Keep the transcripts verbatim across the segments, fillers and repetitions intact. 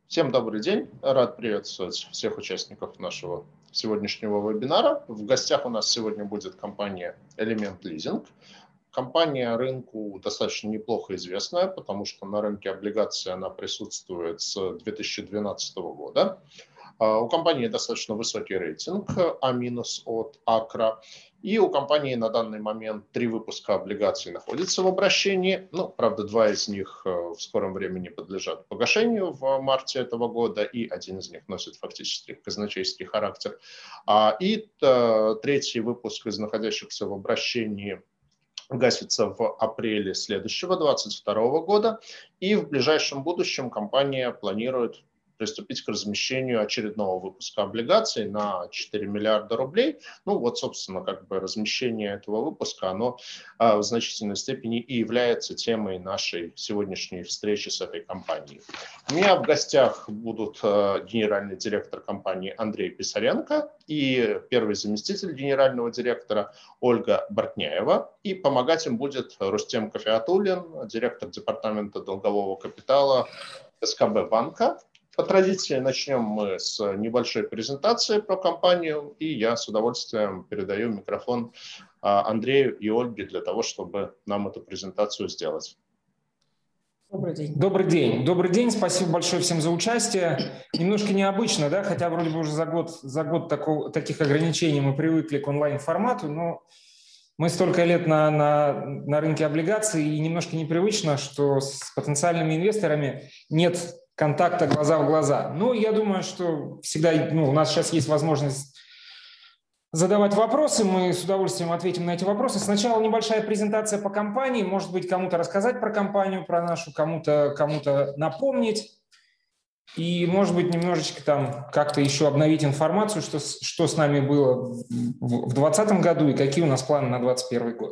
Всем добрый день. Рад приветствовать всех участников нашего сегодняшнего вебинара. В гостях у нас сегодня будет компания Element Leasing. Компания рынку достаточно неплохо известная, потому что на рынке облигаций она присутствует с две тысячи двенадцатого года. У компании достаточно высокий рейтинг А- от Акра. И у компании на данный момент три выпуска облигаций находятся в обращении. Ну, правда, два из них в скором времени подлежат погашению в марте этого года, и один из них носит фактически казначейский характер. И третий выпуск из находящихся в обращении гасится в апреле следующего, двадцать второго года. И в ближайшем будущем компания планирует приступить к размещению очередного выпуска облигаций на четыре миллиарда рублей. Ну вот, собственно, как бы размещение этого выпуска, оно а, в значительной степени и является темой нашей сегодняшней встречи с этой компанией. У меня в гостях будут а, генеральный директор компании Андрей Писаренко и первый заместитель генерального директора Ольга Бортняева. И помогать им будет Рустем Кафиатуллин, директор департамента долгового капитала СКБ банка. По традиции начнем мы с небольшой презентации про компанию, и я с удовольствием передаю микрофон Андрею и Ольге для того, чтобы нам эту презентацию сделать. Добрый день. Добрый день. Добрый день. Спасибо большое всем за участие. Немножко необычно, да, хотя вроде бы уже за год, за год такого, таких ограничений мы привыкли к онлайн-формату, но мы столько лет на, на, на рынке облигаций, и немножко непривычно, что с потенциальными инвесторами нет контакта глаза в глаза. Ну, я думаю, что всегда, ну, у нас сейчас есть возможность задавать вопросы, мы с удовольствием ответим на эти вопросы. Сначала небольшая презентация по компании, может быть, кому-то рассказать про компанию, про нашу, кому-то кому-то напомнить. И, может быть, немножечко там как-то еще обновить информацию, что, что с нами было в двадцатом году и какие у нас планы на двадцать первый год.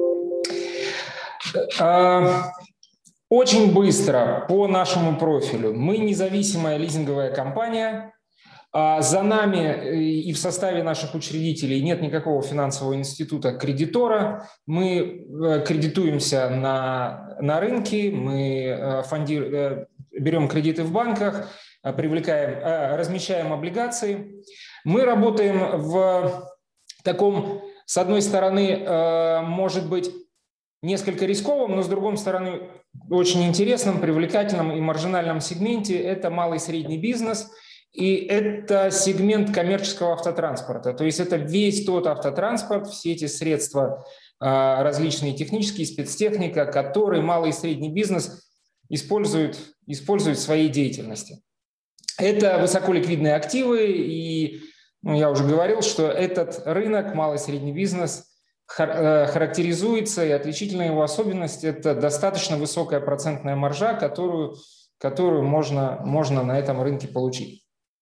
Очень быстро по нашему профилю. Мы независимая лизинговая компания. За нами и в составе наших учредителей нет никакого финансового института-кредитора. Мы кредитуемся на, на рынке, мы фондируем, берем кредиты в банках, привлекаем, размещаем облигации. Мы работаем в таком, с одной стороны, может быть, несколько рисковым, но с другой стороны, очень интересном, привлекательном и маржинальном сегменте – это малый и средний бизнес. И это сегмент коммерческого автотранспорта. То есть это весь тот автотранспорт, все эти средства, различные технические, спецтехника, которые малый и средний бизнес используют, используют в своей деятельности. Это высоколиквидные активы, и ну, я уже говорил, что этот рынок, малый и средний бизнес, характеризуется, и отличительная его особенность – это достаточно высокая процентная маржа, которую, которую можно, можно на этом рынке получить.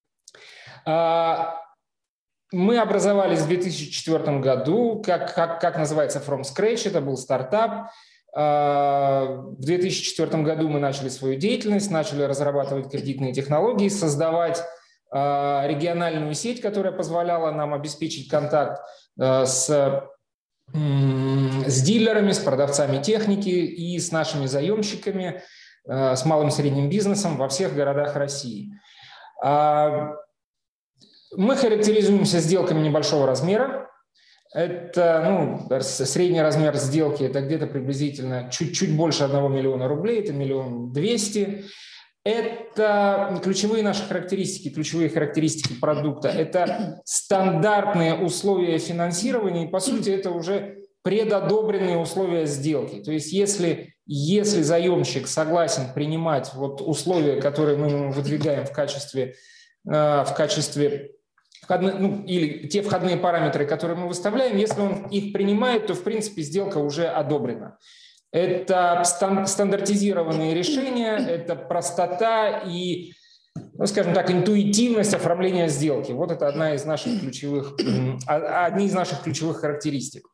Мы образовались в две тысячи четвёртом году, как, как, как называется, from scratch, это был стартап. В две тысячи четвёртом году мы начали свою деятельность, начали разрабатывать кредитные технологии, создавать региональную сеть, которая позволяла нам обеспечить контакт с с дилерами, с продавцами техники и с нашими заемщиками, с малым и средним бизнесом во всех городах России. Мы характеризуемся сделками небольшого размера. Это ну, средний размер сделки, это где-то приблизительно чуть-чуть больше одного миллиона рублей, это миллион двести. Это ключевые наши характеристики, ключевые характеристики продукта. Это стандартные условия финансирования, и по сути это уже предодобренные условия сделки. То есть если, если заемщик согласен принимать вот условия, которые мы выдвигаем в качестве, в качестве входных, ну, или те входные параметры, которые мы выставляем, если он их принимает, то в принципе сделка уже одобрена. Это стандартизированные решения, это простота и, ну, скажем так, интуитивность оформления сделки. Вот это одна из наших ключевых, одни из наших ключевых характеристик.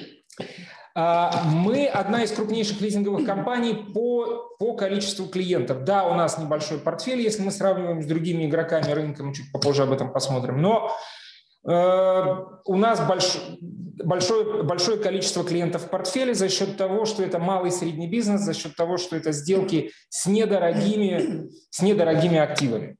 Мы одна из крупнейших лизинговых компаний по, по количеству клиентов. Да, у нас небольшой портфель, если мы сравниваем с другими игроками рынка, мы чуть попозже об этом посмотрим, но У нас большой, большое, большое количество клиентов в портфеле за счет того, что это малый и средний бизнес, за счет того, что это сделки с недорогими, с недорогими активами.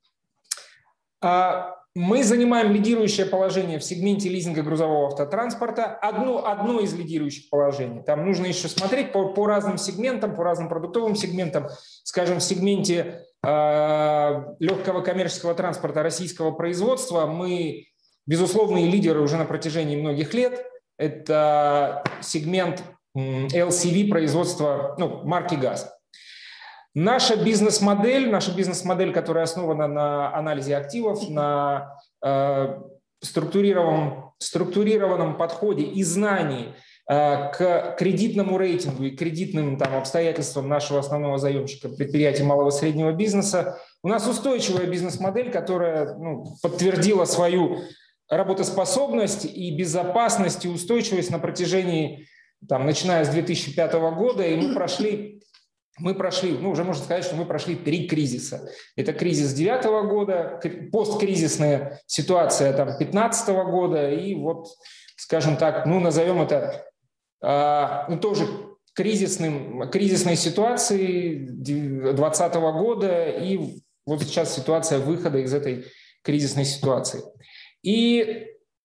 Мы занимаем лидирующее положение в сегменте лизинга грузового автотранспорта. Одно, одно из лидирующих положений. Там нужно еще смотреть по, по разным сегментам, по разным продуктовым сегментам. Скажем, в сегменте э, легкого коммерческого транспорта российского производства мы безусловные лидеры уже на протяжении многих лет. Это сегмент эл си ви производства, ну, марки ГАЗ. Наша бизнес-модель, наша бизнес-модель, которая основана на анализе активов, на э, структурированном, структурированном подходе и знании э, к кредитному рейтингу и кредитным там, обстоятельствам нашего основного заемщика предприятий малого и среднего бизнеса, у нас устойчивая бизнес-модель, которая ну, подтвердила свою работоспособность и безопасность и устойчивость на протяжении, там, начиная с две тысячи пятого года, и мы прошли... Мы прошли, ну, уже можно сказать, что мы прошли три кризиса. Это кризис две тысячи девятого года, посткризисная ситуация там, две тысячи пятнадцатого года и вот, скажем так, ну, назовем это э, ну, тоже кризисным, кризисной ситуацией две тысячи двадцатого года и вот сейчас ситуация выхода из этой кризисной ситуации. И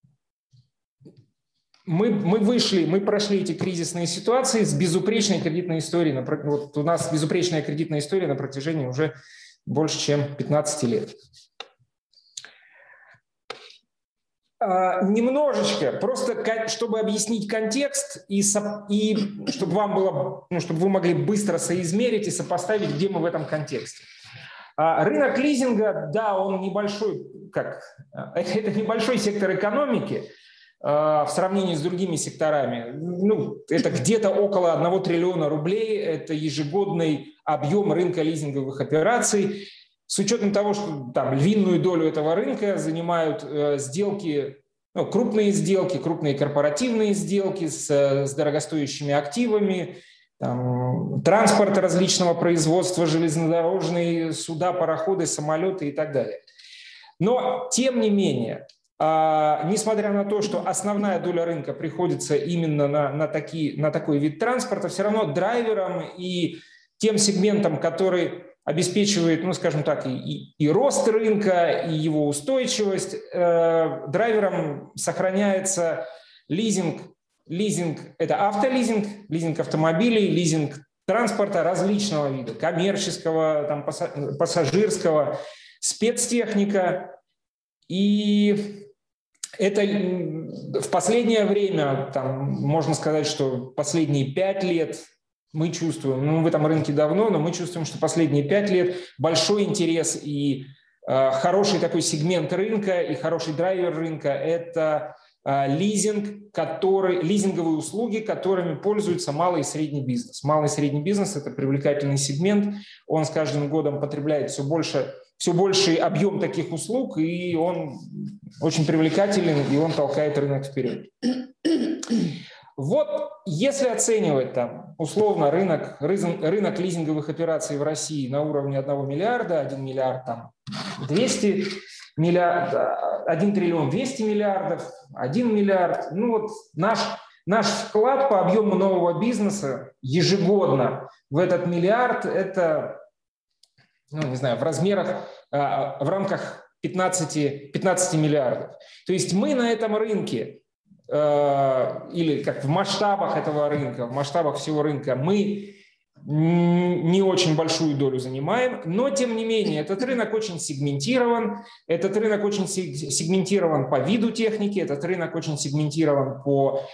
Мы, мы вышли, мы прошли эти кризисные ситуации с безупречной кредитной историей. Вот у нас безупречная кредитная история на протяжении уже больше, чем пятнадцати лет. А, немножечко, просто чтобы объяснить контекст и, со, и чтобы вам было, ну, чтобы вы могли быстро соизмерить и сопоставить, где мы в этом контексте. А, рынок лизинга, да, он небольшой, как, это небольшой сектор экономики, в сравнении с другими секторами. Ну, это где-то около одного триллиона рублей, это ежегодный объем рынка лизинговых операций. С учетом того, что там львиную долю этого рынка занимают э, сделки, ну, крупные сделки, крупные корпоративные сделки с, с дорогостоящими активами, там, транспорт различного производства, железнодорожные суда, пароходы, самолеты и так далее. Но, тем не менее, А, несмотря на то, что основная доля рынка приходится именно на, на, такие, на такой вид транспорта, все равно драйвером и тем сегментом, который обеспечивает, ну, скажем так, и, и, и рост рынка, и его устойчивость, э, драйвером сохраняется лизинг. Лизинг – это автолизинг, лизинг автомобилей, лизинг транспорта различного вида, коммерческого, там, пассажирского, спецтехника. И это в последнее время, там, можно сказать, что последние пять лет мы чувствуем, ну, мы в этом рынке давно, но мы чувствуем, что последние пять лет большой интерес и э, хороший такой сегмент рынка и хороший драйвер рынка – это э, лизинг, который, лизинговые услуги, которыми пользуется малый и средний бизнес. Малый и средний бизнес – это привлекательный сегмент, он с каждым годом потребляет все больше все больший объем таких услуг, и он очень привлекателен, и он толкает рынок вперед. Вот если оценивать там условно рынок, рынок лизинговых операций в России на уровне одного миллиарда, один миллиард там двести миллиардов, один триллион двести миллиардов, один миллиард, ну вот наш, наш вклад по объему нового бизнеса ежегодно в этот миллиард – это, ну, не знаю, в размерах, в рамках пятнадцати, пятнадцати миллиардов. То есть мы на этом рынке, или как в масштабах этого рынка, в масштабах всего рынка, мы не очень большую долю занимаем, но тем не менее этот рынок очень сегментирован, этот рынок очень сегментирован по виду техники, этот рынок очень сегментирован по,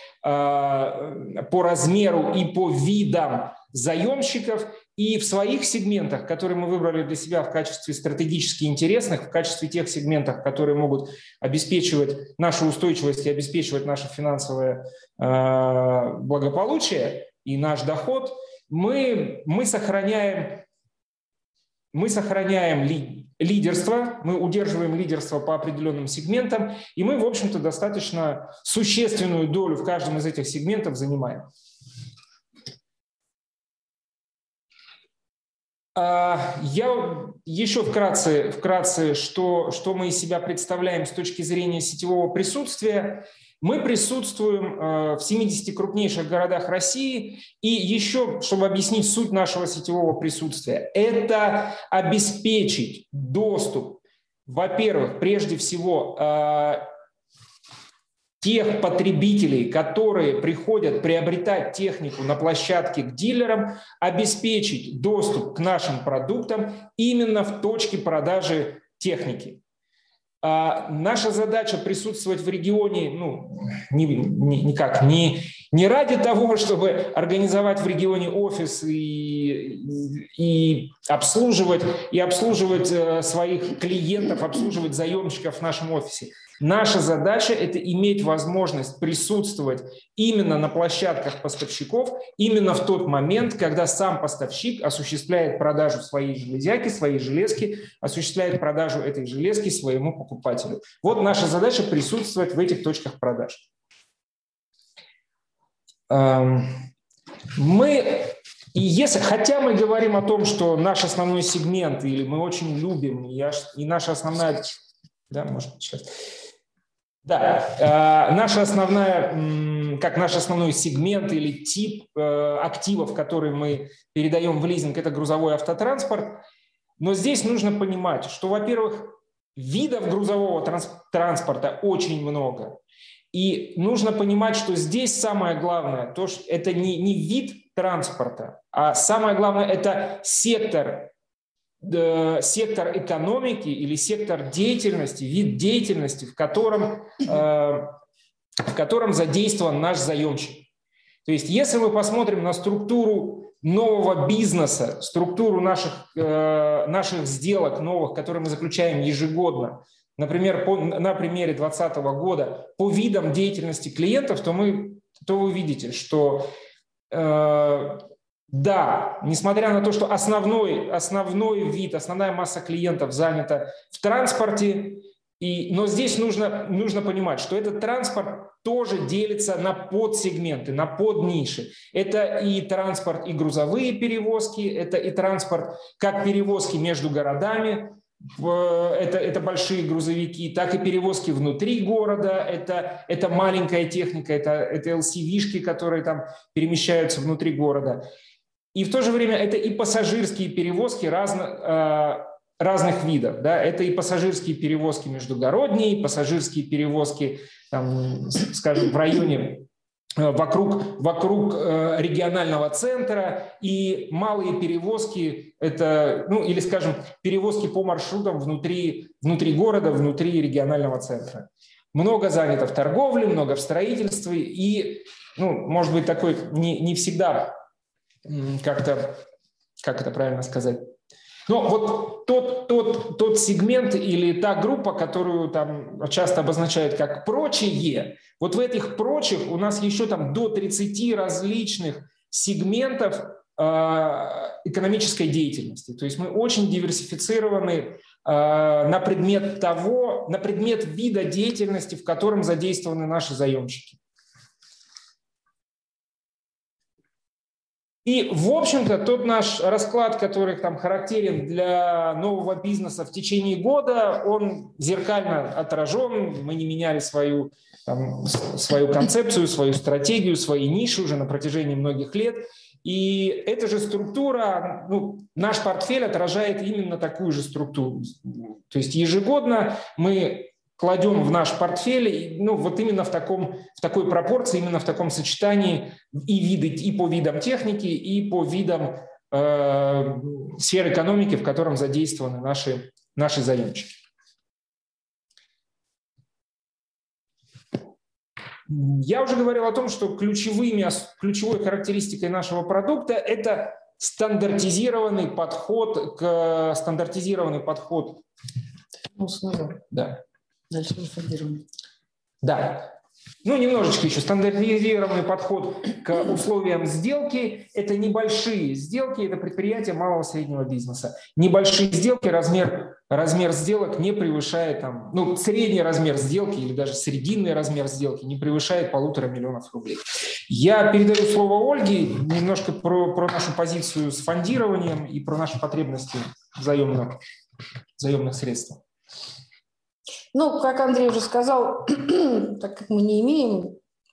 по размеру и по видам заемщиков, и в своих сегментах, которые мы выбрали для себя в качестве стратегически интересных, в качестве тех сегментов, которые могут обеспечивать нашу устойчивость и обеспечивать наше финансовое э, благополучие и наш доход, мы, мы сохраняем, мы сохраняем ли, лидерство, мы удерживаем лидерство по определенным сегментам, и мы, в общем-то, достаточно существенную долю в каждом из этих сегментов занимаем. Я еще вкратце, вкратце что, что мы из себя представляем с точки зрения сетевого присутствия. Мы присутствуем в семидесяти крупнейших городах России. И еще, чтобы объяснить суть нашего сетевого присутствия, это обеспечить доступ, во-первых, прежде всего, тех потребителей, которые приходят приобретать технику на площадке к дилерам, обеспечить доступ к нашим продуктам именно в точке продажи техники. А наша задача присутствовать в регионе, ну, ни, ни, никак не, не ради того, чтобы организовать в регионе офис и, и обслуживать, и обслуживать своих клиентов, обслуживать заемщиков в нашем офисе. Наша задача – это иметь возможность присутствовать именно на площадках поставщиков, именно в тот момент, когда сам поставщик осуществляет продажу своей железяки, своей железки, осуществляет продажу этой железки своему покупателю. Вот наша задача – присутствовать в этих точках продаж. Мы, и если, хотя мы говорим о том, что наш основной сегмент, или мы очень любим, и, и наша основная… Да, может быть, сейчас… Да, э, наша основная, как наш основной сегмент или тип э, активов, которые мы передаем в лизинг, это грузовой автотранспорт. Но здесь нужно понимать, что, во-первых, видов грузового транс транспорта очень много. И нужно понимать, что здесь самое главное, то, что это не, не вид транспорта, а самое главное – это сектор сектор экономики или сектор деятельности, вид деятельности, в котором, э, в котором задействован наш заемщик. То есть если мы посмотрим на структуру нового бизнеса, структуру наших, э, наших сделок новых, которые мы заключаем ежегодно, например, по, на примере две тысячи двадцатого года, по видам деятельности клиентов, то, мы, то вы видите, что э, да, несмотря на то, что основной, основной вид, основная масса клиентов занята в транспорте, и, но здесь нужно, нужно понимать, что этот транспорт тоже делится на подсегменты, на подниши. Это и транспорт, и грузовые перевозки, это и транспорт как перевозки между городами, это, это большие грузовики, так и перевозки внутри города, это, это маленькая техника, это, это эл си ви-шки, которые там перемещаются внутри города. И в то же время это и пассажирские перевозки разно, э, разных видов. Да? Это и пассажирские перевозки междугородние, и пассажирские перевозки, там, скажем, в районе, э, вокруг, вокруг э, регионального центра, и малые перевозки, это, ну, или, скажем, перевозки по маршрутам внутри, внутри города, внутри регионального центра. Много занято в торговле, много в строительстве, и, ну, может быть, такой не, не всегда… как-то, как это правильно сказать? Но вот тот, тот, тот сегмент или та группа, которую там часто обозначают как прочие, вот в этих прочих у нас еще там до тридцати различных сегментов э, экономической деятельности. То есть мы очень диверсифицированы э, на предмет того, на предмет вида деятельности, в котором задействованы наши заемщики. И, в общем-то, тот наш расклад, который там характерен для нового бизнеса в течение года, он зеркально отражен. Мы не меняли свою, там, свою концепцию, свою стратегию, свои ниши уже на протяжении многих лет. И эта же структура, ну, наш портфель отражает именно такую же структуру. То есть ежегодно мы кладем в наш портфель, ну, вот именно в, таком, в такой пропорции, именно в таком сочетании и виды, и по видам техники, и по видам э, сфер экономики, в котором задействованы наши, наши заемщики. Я уже говорил о том, что ключевыми, ключевой характеристикой нашего продукта это стандартизированный подход к стандартизированный подход. Ну, снова. Да. Дальше масштабирование. Да. Ну, немножечко еще стандартизированный подход к условиям сделки. Это небольшие сделки, это предприятия малого и среднего бизнеса. Небольшие сделки, размер, размер сделок не превышает, там, ну, средний размер сделки или даже срединный размер сделки не превышает полутора миллионов рублей. Я передаю слово Ольге немножко про, про нашу позицию с фондированием и про наши потребности заемных, заемных средств. Ну, как Андрей уже сказал, так как мы не имеем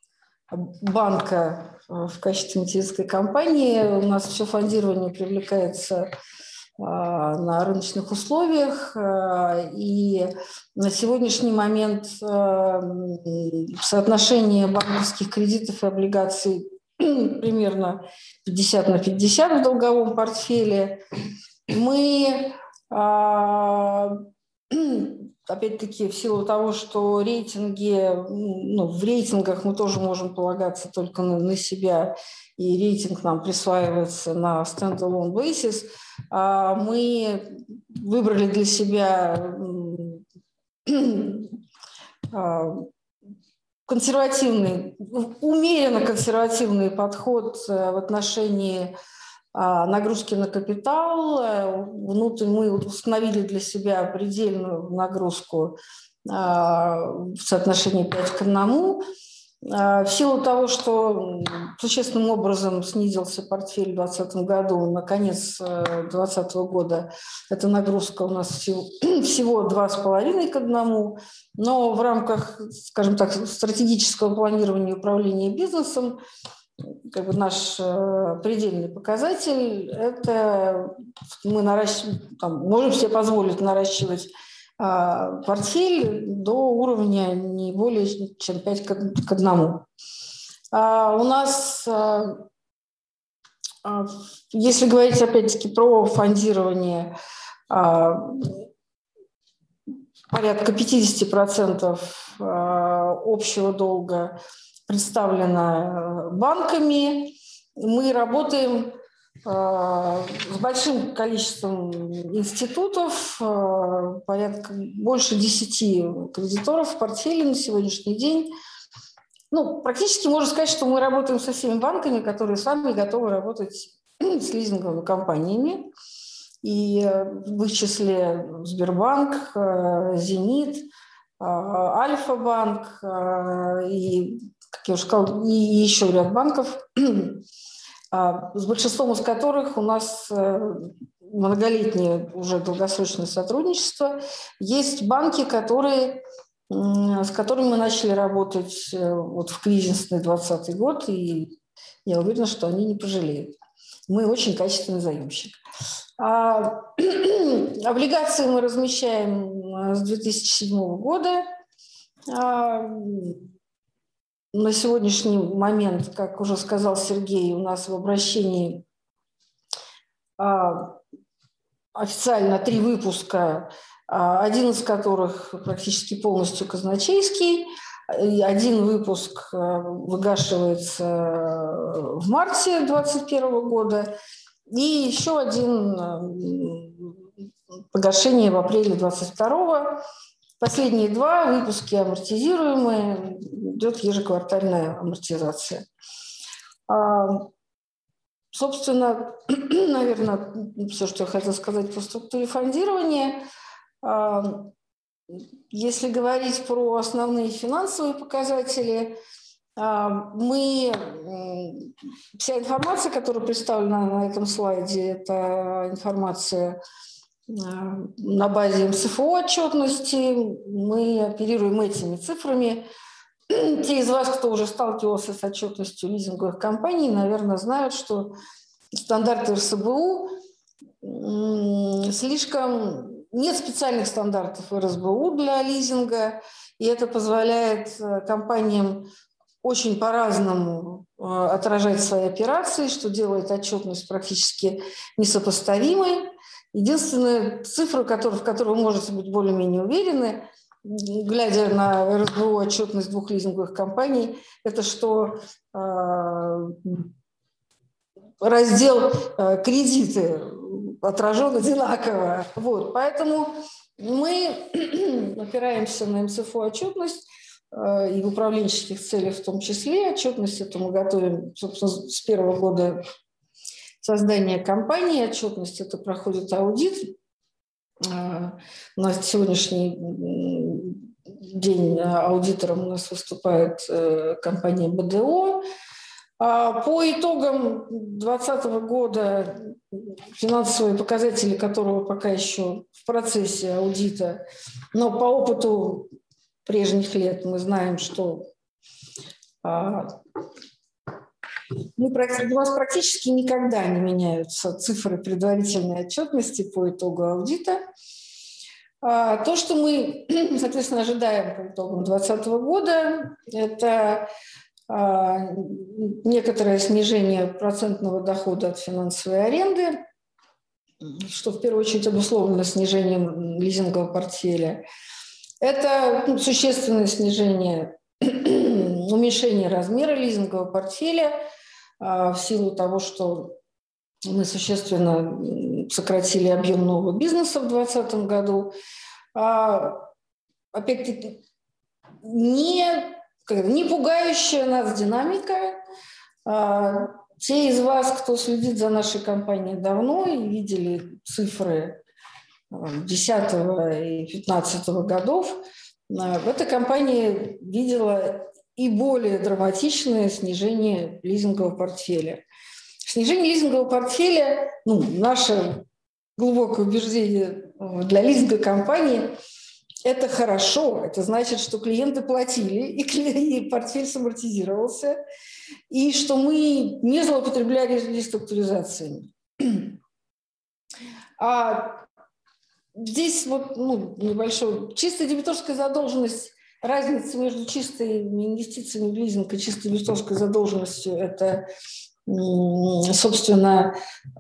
банка в качестве материнской компании, у нас все фондирование привлекается на рыночных условиях, и на сегодняшний момент соотношение банковских кредитов и облигаций примерно пятьдесят на пятьдесят в долговом портфеле. Мы опять-таки, в силу того, что рейтинги, ну, в рейтингах мы тоже можем полагаться только на, на себя, и рейтинг нам присваивается на stand-alone basis, мы выбрали для себя консервативный, умеренно консервативный подход в отношении нагрузки на капитал. Внутрь мы установили для себя предельную нагрузку в соотношении пять к одному. В силу того, что существенным образом снизился портфель в две тысячи двадцатом году, на конец две тысячи двадцатого года эта нагрузка у нас всего, всего два с половиной к одному, но в рамках, скажем так, стратегического планирования и управления бизнесом как бы наш э, предельный показатель – это мы наращиваем, там, можем себе позволить наращивать э, портфель до уровня не более чем пять к одному. А у нас, э, э, если говорить опять-таки про фондирование, э, порядка пятьдесят процентов э, общего долга представлена банками. Мы работаем э, с большим количеством институтов, э, порядка больше десяти кредиторов в портфеле на сегодняшний день. Ну, практически можно сказать, что мы работаем со всеми банками, которые сами готовы работать с лизинговыми компаниями. И в их числе Сбербанк, э, Зенит, э, Альфа-банк э, и, как я уже сказала, и еще ряд банков, с большинством из которых у нас многолетнее уже долгосрочное сотрудничество. Есть банки, которые, с которыми мы начали работать вот в кризисный двадцатый год, и я уверена, что они не пожалеют. Мы очень качественный заемщик. А, облигации мы размещаем с две тысячи седьмого года. А, На сегодняшний момент, как уже сказал Сергей, у нас в обращении а, официально три выпуска, а, один из которых практически полностью казначейский, один выпуск а, выгашивается в марте две тысячи двадцать первого года, и еще один а, погашение в апреле две тысячи двадцать второго. Последние два выпуски амортизируемые, идет ежеквартальная амортизация. Собственно, наверное, все, что я хотела сказать по структуре фондирования. Если говорить про основные финансовые показатели, мы, вся информация, которая представлена на этом слайде, это информация на базе эм эс эф о отчетности, мы оперируем этими цифрами. Те из вас, кто уже сталкивался с отчетностью лизинговых компаний, наверное, знают, что стандарты эр эс бэ у слишком... Нет специальных стандартов эр эс бэ у для лизинга, и это позволяет компаниям очень по-разному отражать свои операции, что делает отчетность практически несопоставимой. Единственная цифра, в которой вы можете быть более-менее уверены, глядя на эр эс бэ у отчетность двух лизинговых компаний, это что э, раздел э, кредиты отражен одинаково. Вот, поэтому мы опираемся на эм эс эф о отчетность. и в управленческих целях в том числе. Отчетность эту мы готовим, собственно, с первого года создания компании. Отчетность это проходит аудит. У нас сегодняшний день аудитором у нас выступает компания бэ дэ о. По итогам две тысячи двадцатого года, финансовые показатели которого пока еще в процессе аудита, но по опыту прежних лет мы знаем, что мы, у нас практически никогда не меняются цифры предварительной отчетности по итогу аудита. То, что мы, соответственно, ожидаем по итогам две тысячи двадцатого года, это некоторое снижение процентного дохода от финансовой аренды, что в первую очередь обусловлено снижением лизингового портфеля. Это ну, существенное снижение, уменьшение размера лизингового портфеля в силу того, что мы существенно сократили объем нового бизнеса в две тысячи двадцатом году. Опять-таки, не не пугающая нас динамика. Те из вас, кто следит за нашей компанией давно и видели цифры две тысячи десятого и две тысячи пятнадцатого годов, в этой компании видела и более драматичное снижение лизингового портфеля. Снижение лизингового портфеля, ну, наше глубокое убеждение для лизинговой компании – это хорошо, это значит, что клиенты платили, и портфель самортизировался, и что мы не злоупотребляли реструктуризациями. А здесь вот ну, небольшой, чистая дебиторская задолженность, разница между чистыми инвестициями в лизинг и чистой дебиторской задолженностью, это, собственно,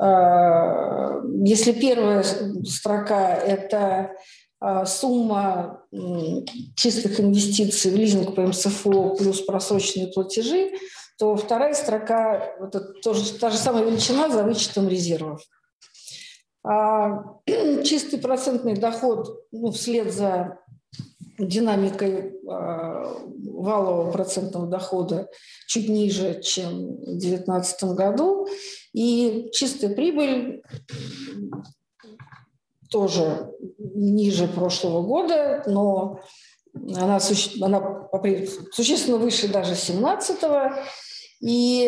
если первая строка – это сумма чистых инвестиций в лизинг по эм эс эф о плюс просроченные платежи, то вторая строка – это тоже та же самая величина за вычетом резервов. Чистый процентный доход ну, вслед за динамикой валового процентного дохода чуть ниже, чем в две тысячи девятнадцатом году. И чистая прибыль тоже ниже прошлого года, но она, она существенно выше даже семнадцатого. И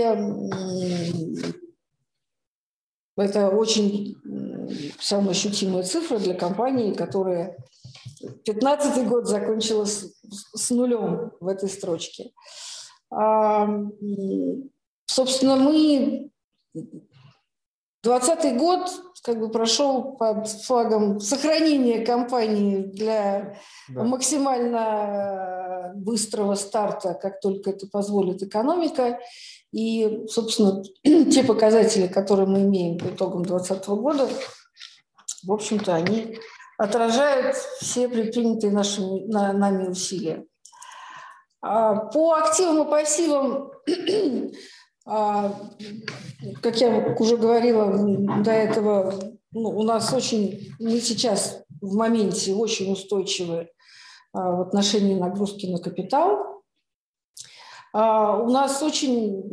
это очень самая ощутимая цифра для компании, которая пятнадцатый год закончила с, с нулем в этой строчке. А, собственно, мы двадцатый год как бы прошел под флагом сохранения компании для да. максимально быстрого старта, как только это позволит экономика. И, собственно, те показатели, которые мы имеем по итогам двадцатого года, в общем-то, они отражают все предпринятые нашими, на, нами усилия. По активам и пассивам, как я уже говорила до этого, ну, у нас очень, мы сейчас в моменте очень устойчивы в отношении нагрузки на капитал. У нас очень,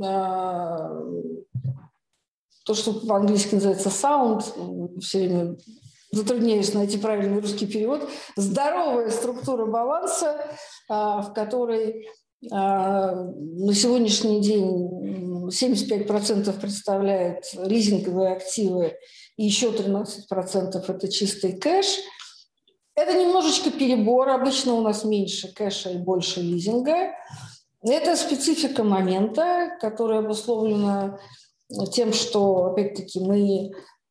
то, что по-английски называется sound, все время затрудняюсь найти правильный русский перевод, здоровая структура баланса, в которой на сегодняшний день семьдесят пять процентов представляет лизинговые активы и еще тринадцать процентов это чистый кэш. Это немножечко перебор, обычно у нас меньше кэша и больше лизинга. Это специфика момента, которая обусловлена тем, что, опять-таки, мы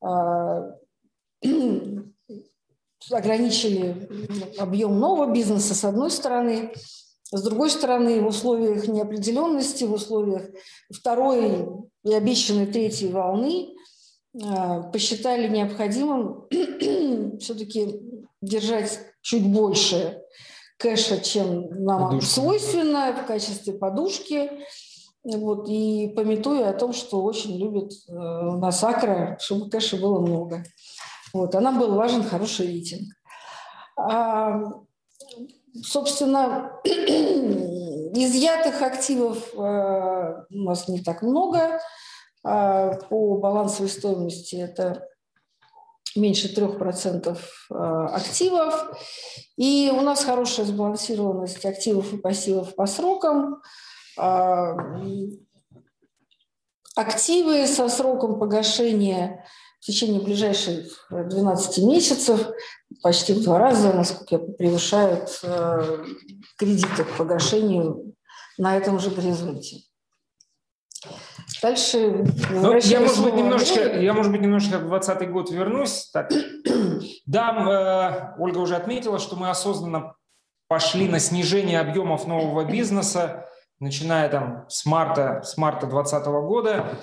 ограничили объем нового бизнеса, с одной стороны. С другой стороны, в условиях неопределенности, в условиях второй и обещанной третьей волны посчитали необходимым все-таки держать чуть больше кэша, чем нам подушка. Свойственно, в качестве подушки. Вот, и памятуя о том, что очень любит э, нас Акра, чтобы кэша было много. Вот, а нам был важен хороший рейтинг. А, собственно, изъятых активов у нас не так много. По балансовой стоимости это меньше трех процентов активов. И у нас хорошая сбалансированность активов и пассивов по срокам. Активы со сроком погашения в течение ближайших двенадцати месяцев почти в два раза, насколько я превышают кредиты к погашению на этом же горизонте. Дальше ну, я, может быть, немножечко, я, может быть, немножечко в двадцатый год вернусь. Так. Да, э, Ольга уже отметила, что мы осознанно пошли на снижение объемов нового бизнеса, начиная там с марта, с марта двадцатого года.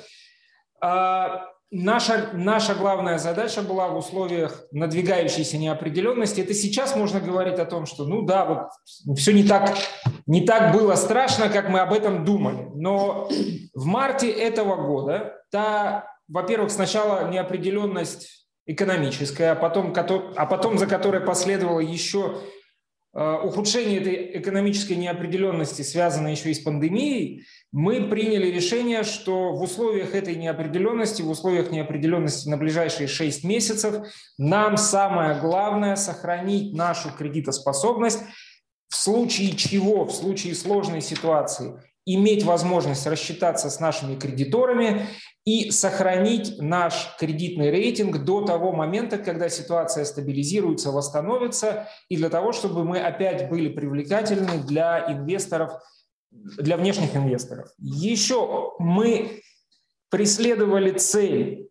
А, наша, наша главная задача была в условиях надвигающейся неопределенности. Это сейчас можно говорить о том, что ну да, вот все не так, не так было страшно, как мы об этом думали. Но в марте этого года, та, во-первых, сначала неопределенность экономическая, а потом, а потом за которой последовало еще ухудшение этой экономической неопределенности, связанной еще и с пандемией, мы приняли решение, что в условиях этой неопределенности, в условиях неопределенности на ближайшие шесть месяцев, нам самое главное сохранить нашу кредитоспособность, в случае чего, в случае сложной ситуации, иметь возможность рассчитаться с нашими кредиторами и сохранить наш кредитный рейтинг до того момента, когда ситуация стабилизируется, восстановится, и для того, чтобы мы опять были привлекательны для инвесторов, для внешних инвесторов. Еще мы преследовали цель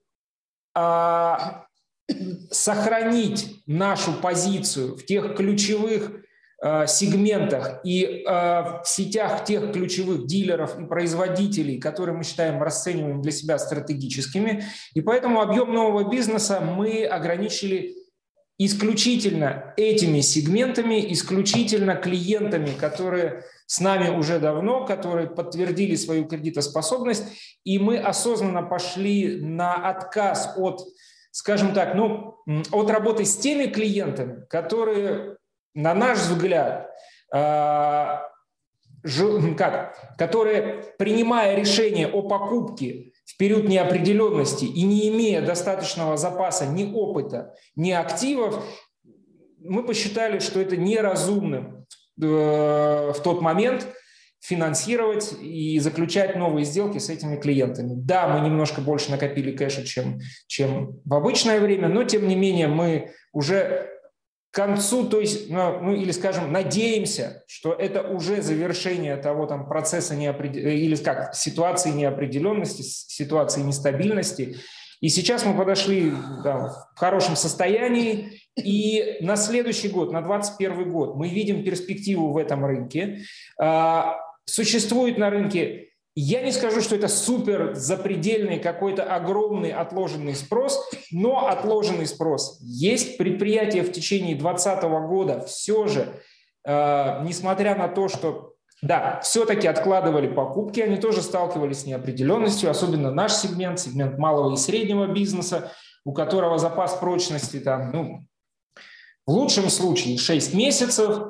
а, сохранить нашу позицию в тех ключевых сегментах и э, в сетях тех ключевых дилеров и производителей, которые мы считаем, расцениваем для себя стратегическими. И поэтому объем нового бизнеса мы ограничили исключительно этими сегментами, исключительно клиентами, которые с нами уже давно, которые подтвердили свою кредитоспособность. И мы осознанно пошли на отказ от, скажем так, ну, от работы с теми клиентами, которые, на наш взгляд, э, ж, как, которые, принимая решение о покупке в период неопределенности и не имея достаточного запаса ни опыта, ни активов, мы посчитали, что это неразумным э, в тот момент финансировать и заключать новые сделки с этими клиентами. Да, мы немножко больше накопили кэша, чем, чем в обычное время, но тем не менее мы уже к концу, то есть, ну или, скажем, надеемся, что это уже завершение того там процесса неопределенности, или как, ситуации неопределенности, ситуации нестабильности. И сейчас мы подошли да, в хорошем состоянии, и на следующий год, на двадцать первый год, мы видим перспективу в этом рынке. Существует на рынке, я не скажу, что это супер запредельный какой-то огромный отложенный спрос, но отложенный спрос есть. Предприятия в течение двадцатого года все же, э, несмотря на то, что, да, все-таки откладывали покупки, они тоже сталкивались с неопределенностью, особенно наш сегмент, сегмент малого и среднего бизнеса, у которого запас прочности там, ну, в лучшем случае шесть месяцев.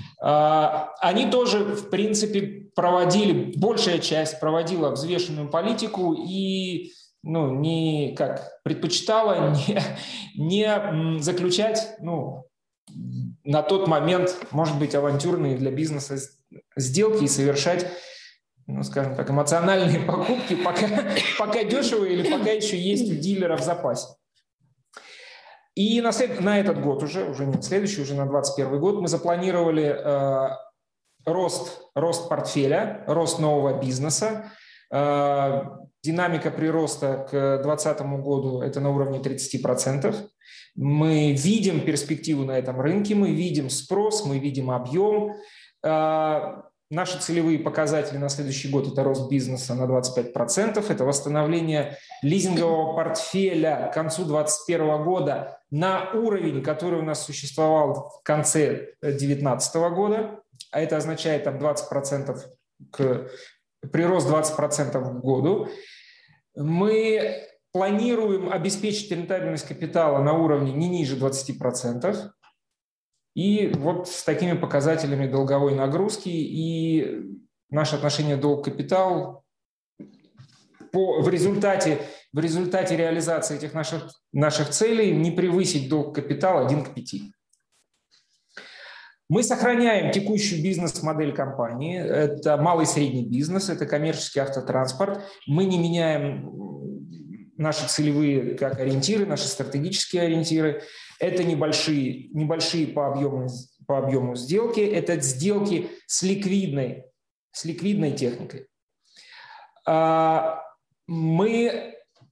Они тоже, в принципе, проводили, большая часть проводила взвешенную политику и ну, не, как, предпочитала не, не заключать ну, на тот момент, может быть, авантюрные для бизнеса сделки и совершать, ну, скажем так, эмоциональные покупки, пока, пока дешево или пока еще есть у дилера в запасе. И на, след... на этот год уже, уже не следующий, уже на двадцать первый год мы запланировали э, рост, рост портфеля, рост нового бизнеса. Э, динамика прироста к двадцатому году – это на уровне тридцать процентов. Мы видим перспективу на этом рынке, мы видим спрос, мы видим объем. Э, Наши целевые показатели на следующий год – это рост бизнеса на двадцать пять процентов, это восстановление лизингового портфеля к концу две тысячи двадцать первого года на уровень, который у нас существовал в конце две тысячи девятнадцатого года, а это означает там двадцать процентов к, прирост двадцать процентов в году. Мы планируем обеспечить рентабельность капитала на уровне не ниже двадцати процентов. И вот с такими показателями долговой нагрузки и наше отношение долг-капитал по, в, результате, в результате реализации этих наших, наших целей не превысить долг-капитал один к пяти. Мы сохраняем текущую бизнес-модель компании. Это малый и средний бизнес, это коммерческий автотранспорт. Мы не меняем наши целевые как ориентиры, наши стратегические ориентиры. Это небольшие, небольшие по объему, по объему сделки. Это сделки с ликвидной, с ликвидной техникой. Мы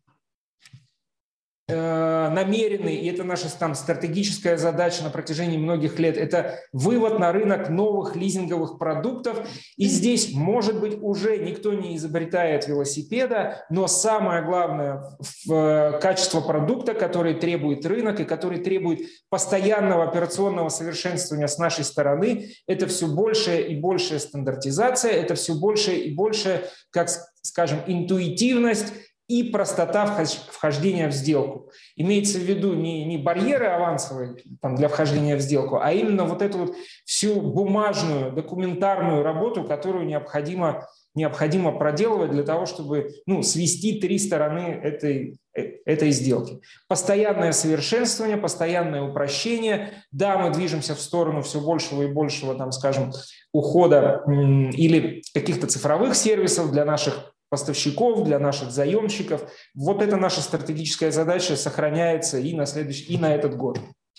намерены, и это наша там стратегическая задача на протяжении многих лет, это вывод на рынок новых лизинговых продуктов. И здесь, может быть, уже никто не изобретает велосипеда, но самое главное в качество продукта, который требует рынок и который требует постоянного операционного совершенствования с нашей стороны, это все большая и большая стандартизация, это все большая и большая, как скажем, интуитивность и простота вхождения в сделку. Имеется в виду не, не барьеры авансовые там, для вхождения в сделку, а именно вот эту вот всю бумажную, документарную работу, которую необходимо, необходимо проделывать для того, чтобы ну, свести три стороны этой, этой сделки. Постоянное совершенствование, постоянное упрощение. Да, мы движемся в сторону все большего и большего, там, скажем, ухода м- или каких-то цифровых сервисов для наших поставщиков, для наших заемщиков. Вот это наша стратегическая задача сохраняется и на следующий, и на этот год.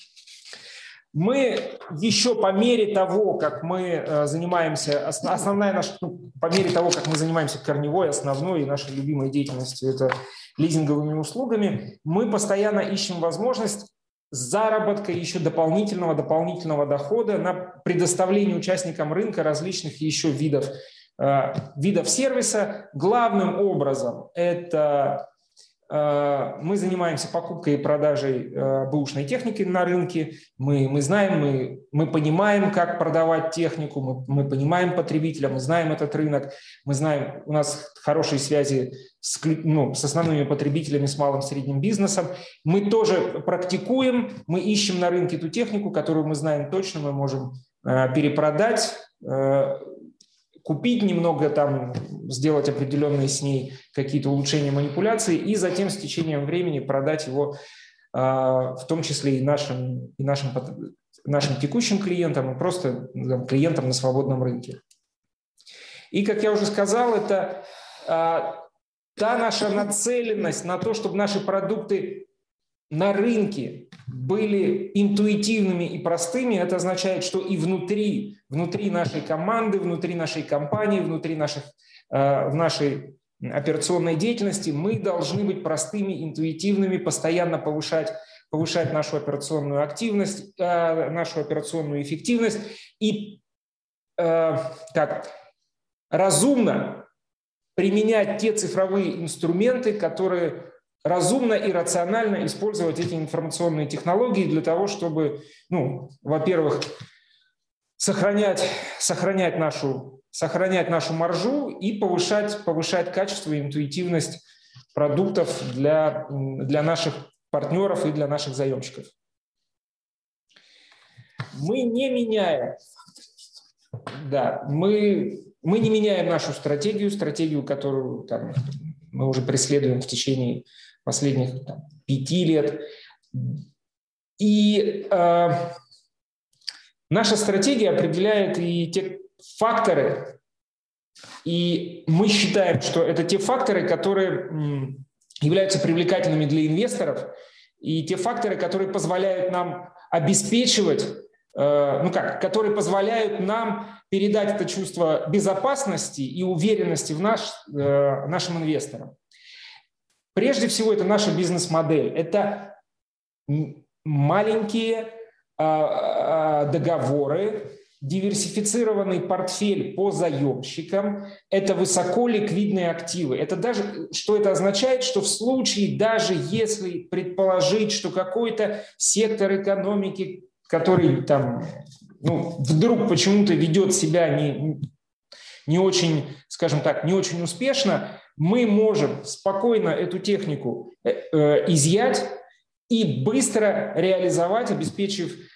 Мы еще по мере того, как мы занимаемся, основная наша, ну, по мере того, как мы занимаемся корневой, основной и нашей любимой деятельностью, это лизинговыми услугами, мы постоянно ищем возможность заработка еще дополнительного, дополнительного дохода на предоставление участникам рынка различных еще видов видов сервиса. Главным образом это э, мы занимаемся покупкой и продажей э, бэушной техники на рынке. Мы, мы знаем, мы, мы понимаем, как продавать технику, мы, мы понимаем потребителя, мы знаем этот рынок, мы знаем, у нас хорошие связи с, ну, с основными потребителями, с малым и средним бизнесом. Мы тоже практикуем, мы ищем на рынке ту технику, которую мы знаем точно, мы можем э, перепродать, э, купить немного, там, сделать определенные с ней какие-то улучшения, манипуляции, и затем с течением времени продать его, э, в том числе и нашим, и нашим, нашим текущим клиентам, и просто там, клиентам на свободном рынке. И, как я уже сказал, это э, та наша нацеленность на то, чтобы наши продукты на рынке были интуитивными и простыми. Это означает, что и внутри, внутри нашей команды, внутри нашей компании, внутри наших, э, в нашей операционной деятельности мы должны быть простыми, интуитивными, постоянно повышать, повышать нашу операционную активность, э, нашу операционную эффективность и э, как, разумно применять те цифровые инструменты, которые разумно и рационально использовать эти информационные технологии для того, чтобы, ну, во-первых, сохранять, сохранять, нашу, сохранять нашу маржу и повышать, повышать качество и интуитивность продуктов для, для наших партнеров и для наших заемщиков. Мы не меняем, да, мы, мы не меняем нашу стратегию, стратегию, которую там, мы уже преследуем в течение последних там, пяти лет. И э, наша стратегия определяет и те факторы, и мы считаем, что это те факторы, которые м, являются привлекательными для инвесторов, и те факторы, которые позволяют нам обеспечивать, э, ну как, которые позволяют нам передать это чувство безопасности и уверенности в наш, э, нашим инвесторам. Прежде всего, это наша бизнес-модель. Это маленькие э, договоры, диверсифицированный портфель по заемщикам, это высоколиквидные активы. Это даже, что это означает? Что в случае, даже если предположить, что какой-то сектор экономики, который там, ну, вдруг почему-то ведет себя не, не очень, скажем так, не очень успешно, мы можем спокойно эту технику э, изъять и быстро реализовать, обеспечив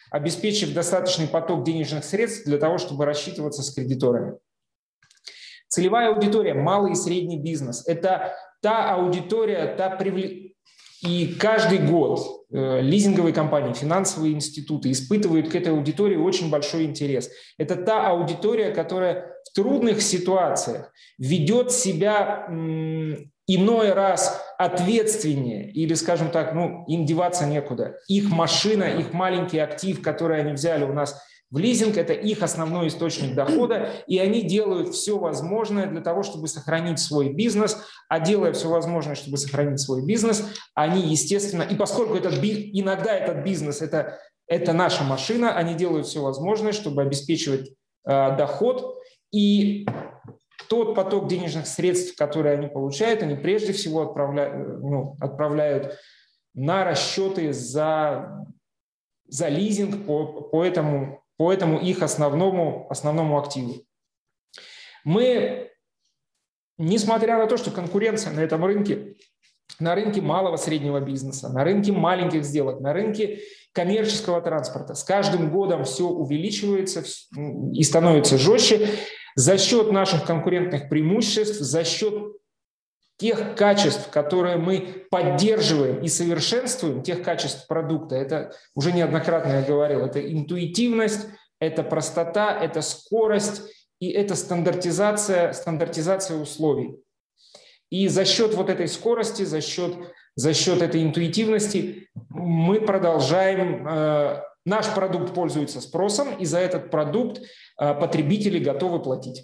обеспечив достаточный поток денежных средств для того, чтобы рассчитываться с кредиторами. Целевая аудитория – малый и средний бизнес. Это та аудитория, та привлек... И каждый год э, лизинговые компании, финансовые институты испытывают к этой аудитории очень большой интерес. Это та аудитория, которая в трудных ситуациях ведет себя м, иной раз ответственнее, или, скажем так, ну, им деваться некуда. Их машина, их маленький актив, который они взяли у нас в лизинг, это их основной источник дохода, и они делают все возможное для того, чтобы сохранить свой бизнес, а делая все возможное, чтобы сохранить свой бизнес, они, естественно, и поскольку этот, иногда этот бизнес это, – это наша машина, они делают все возможное, чтобы обеспечивать э, доход, и тот поток денежных средств, которые они получают, они прежде всего отправляют, ну, отправляют на расчеты за, за лизинг по, по этому по этому их основному, основному активу. Мы, несмотря на то, что конкуренция на этом рынке, на рынке малого среднего бизнеса, на рынке маленьких сделок, на рынке коммерческого транспорта, с каждым годом все увеличивается и становится жестче за счет наших конкурентных преимуществ, за счет тех качеств, которые мы поддерживаем и совершенствуем, тех качеств продукта, это уже неоднократно я говорил, это интуитивность, это простота, это скорость и это стандартизация, стандартизация условий. И за счет вот этой скорости, за счет, за счет этой интуитивности мы продолжаем, э, наш продукт пользуется спросом, и за этот продукт э, потребители готовы платить.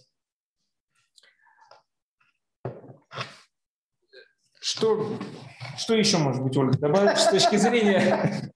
Что, что еще, может быть, Ольга, добавить с точки зрения...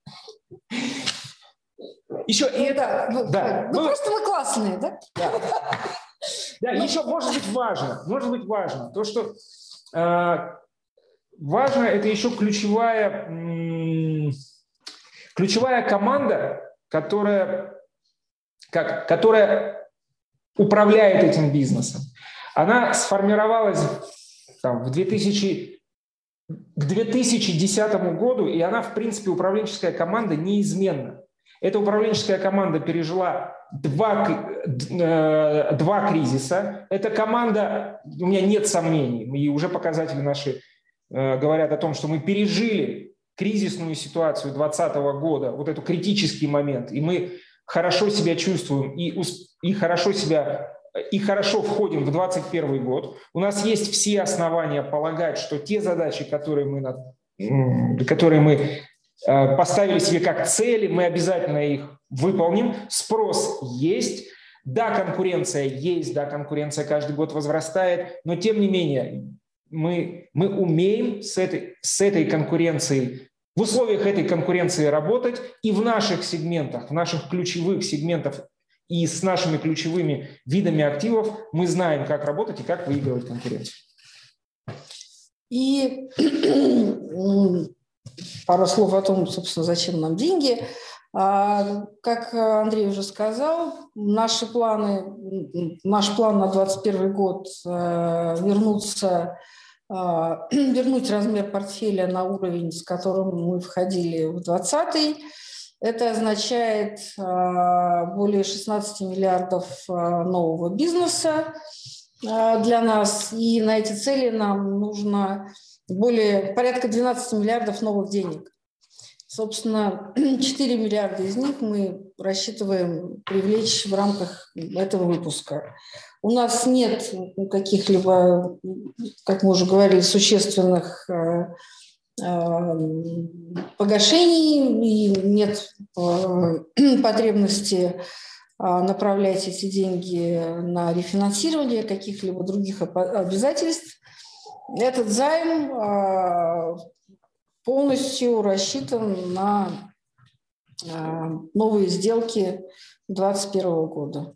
Еще и это... Ну, да, ну ну, просто мы классные, да? Да, да ну, еще может быть важно, может быть важно, то, что э, важно, это еще ключевая, м, ключевая команда, которая, как, которая управляет этим бизнесом. Она сформировалась там, в две тысячи к две тысячи десятому году, и она, в принципе, управленческая команда неизменна. Эта управленческая команда пережила два, э, два кризиса. Эта команда, у меня нет сомнений, и уже показатели наши э, говорят о том, что мы пережили кризисную ситуацию двадцатого года, вот эту критический момент, и мы хорошо себя чувствуем и, и хорошо себя... и хорошо входим в двадцать первый год. У нас есть все основания полагать, что те задачи, которые мы, которые мы поставили себе как цели, мы обязательно их выполним. Спрос есть. Да, конкуренция есть, да, конкуренция каждый год возрастает, но тем не менее мы, мы умеем с этой, с этой конкуренцией, в условиях этой конкуренции работать, и в наших сегментах, в наших ключевых сегментах и с нашими ключевыми видами активов мы знаем, как работать и как выигрывать конкуренцию. И пару слов о том, собственно, зачем нам деньги. Как Андрей уже сказал, наши планы, наш план на двадцать первый год вернуться, вернуть размер портфеля на уровень, с которым мы входили в двадцатый. Это означает более шестнадцати миллиардов нового бизнеса для нас. И на эти цели нам нужно более порядка двенадцати миллиардов новых денег. Собственно, четыре миллиарда из них мы рассчитываем привлечь в рамках этого выпуска. У нас нет каких-либо, как мы уже говорили, существенных погашений, и нет потребности направлять эти деньги на рефинансирование каких-либо других обязательств. Этот займ полностью рассчитан на новые сделки две тысячи двадцать первого года.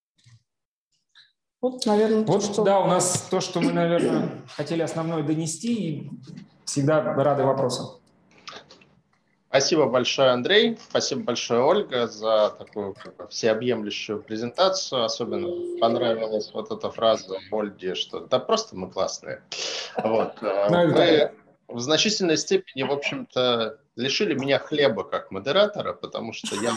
Вот, наверное, вот, то, что... Да, у нас то, что мы, наверное, хотели основное донести, и всегда рады вопросам. Спасибо большое, Андрей. Спасибо большое, Ольга, за такую всеобъемлющую презентацию. Особенно понравилась вот эта фраза Больди, что да просто мы классные. Вот. Вы в значительной степени, в общем-то, лишили меня хлеба как модератора, потому что я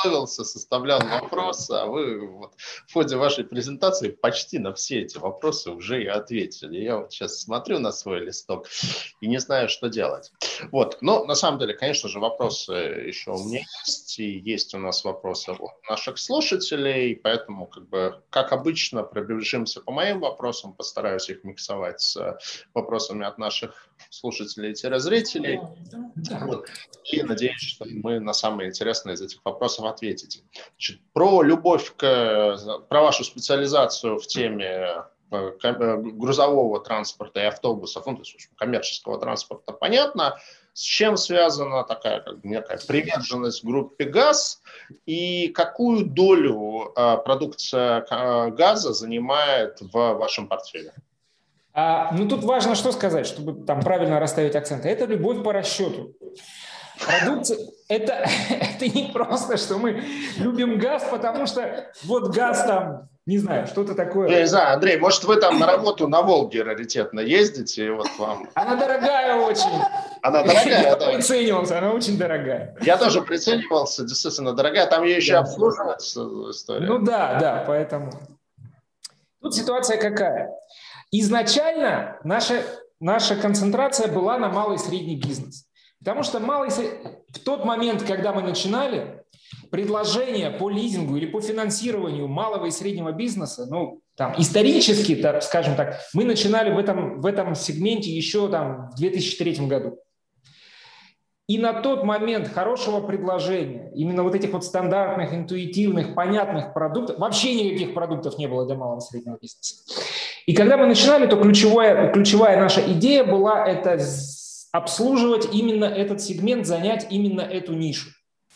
готовился, составлял вопросы, а вы вот в ходе вашей презентации почти на все эти вопросы уже и ответили. Я вот сейчас смотрю на свой листок и не знаю, что делать. Вот. Но на самом деле, конечно же, вопросы еще у меня есть, и есть у нас вопросы от наших слушателей, поэтому, как бы, как обычно, пробежимся по моим вопросам, постараюсь их миксовать с вопросами от наших слушателей-зрителей. Вот. И надеюсь, что мы на самые интересные из этих вопросов ответите. Значит, про любовь к, про вашу специализацию в теме грузового транспорта и автобусов, ну, то есть коммерческого транспорта, понятно. С чем связана такая как бы, некая приверженность группе ГАЗ и какую долю э, продукция э, ГАЗа занимает в вашем портфеле? А, ну, тут важно что сказать, чтобы там правильно расставить акценты. Это любовь по расчету. Продукция – это, это не просто, что мы любим газ, потому что вот газ там, не знаю, что-то такое. Я не знаю, Андрей, может, вы там на работу на Волге раритетно ездите, и вот вам… Она дорогая очень. Она дорогая, Я да. приценивался, она очень дорогая. Я тоже приценивался, действительно дорогая. Там ее еще обслуживать история. Ну да, да, поэтому… Тут ситуация какая? Изначально наша, наша концентрация была на малый и средний бизнес. Потому что малый, в тот момент, когда мы начинали, предложения по лизингу или по финансированию малого и среднего бизнеса, ну, там, исторически, так, скажем так, мы начинали в этом, в этом сегменте еще там, в две тысячи третьем году. И на тот момент хорошего предложения, именно вот этих вот стандартных, интуитивных, понятных продуктов, вообще никаких продуктов не было для малого и среднего бизнеса. И когда мы начинали, то ключевая, ключевая наша идея была это обслуживать именно этот сегмент, занять именно эту нишу.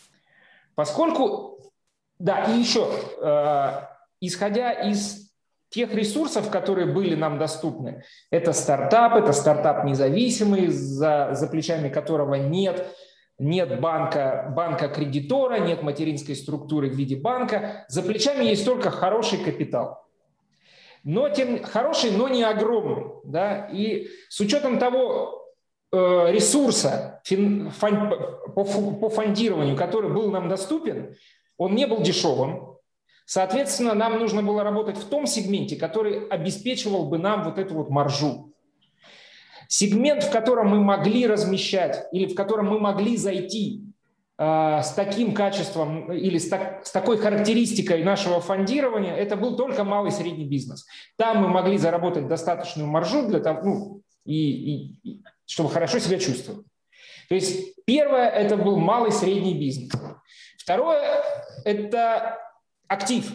Поскольку, да, и еще, э, исходя из тех ресурсов, которые были нам доступны, это стартап, это стартап независимый, за, за плечами которого нет, нет банка, банка-кредитора, нет материнской структуры в виде банка, за плечами есть только хороший капитал. Но тем, хороший, но не огромный. Да? И с учетом того ресурса по фондированию, который был нам доступен, он не был дешевым. Соответственно, нам нужно было работать в том сегменте, который обеспечивал бы нам вот эту вот маржу. Сегмент, в котором мы могли размещать или в котором мы могли зайти э, с таким качеством или с, так, с такой характеристикой нашего фондирования, это был только малый и средний бизнес. Там мы могли заработать достаточную маржу для того, ну, и, и чтобы хорошо себя чувствовать. То есть первое – это был малый средний бизнес. Второе – это актив.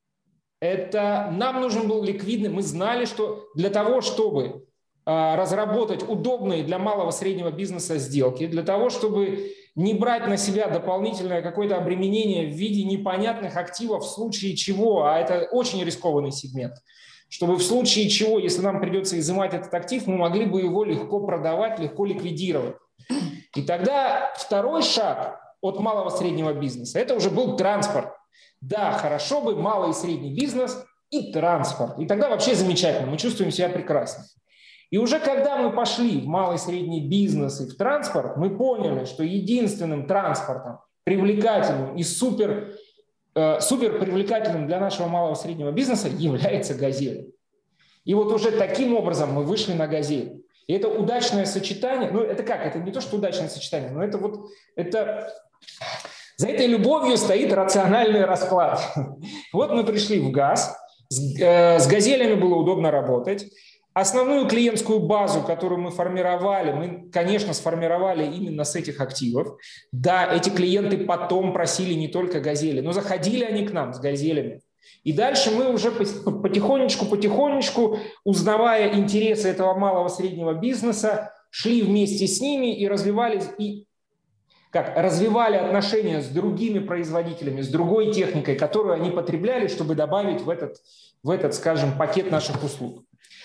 Это нам нужен был ликвидный. Мы знали, что для того, чтобы а, разработать удобные для малого среднего бизнеса сделки, для того, чтобы не брать на себя дополнительное какое-то обременение в виде непонятных активов в случае чего, а это очень рискованный сегмент, чтобы в случае чего, если нам придется изымать этот актив, мы могли бы его легко продавать, легко ликвидировать. И тогда второй шаг от малого среднего бизнеса, это уже был транспорт. Да, хорошо бы малый и средний бизнес и транспорт. И тогда вообще замечательно, мы чувствуем себя прекрасно. И уже когда мы пошли в малый и средний бизнес и в транспорт, мы поняли, что единственным транспортом, привлекательным и супер супер привлекательным для нашего малого и среднего бизнеса является «Газель». И вот уже таким образом мы вышли на «Газель». И это удачное сочетание, ну это как, это не то, что удачное сочетание, но это вот, это, за этой любовью стоит рациональный расклад. Вот мы пришли в ГАЗ, с, э, с «Газелями» было удобно работать. Основную клиентскую базу, которую мы формировали, мы, конечно, сформировали именно с этих активов. Да, эти клиенты потом просили не только «Газели», но заходили они к нам с «Газелями». И дальше мы уже потихонечку-потихонечку, узнавая интересы этого малого-среднего бизнеса, шли вместе с ними и развивали, и, как, развивали отношения с другими производителями, с другой техникой, которую они потребляли, чтобы добавить в этот, в этот, скажем, пакет наших услуг.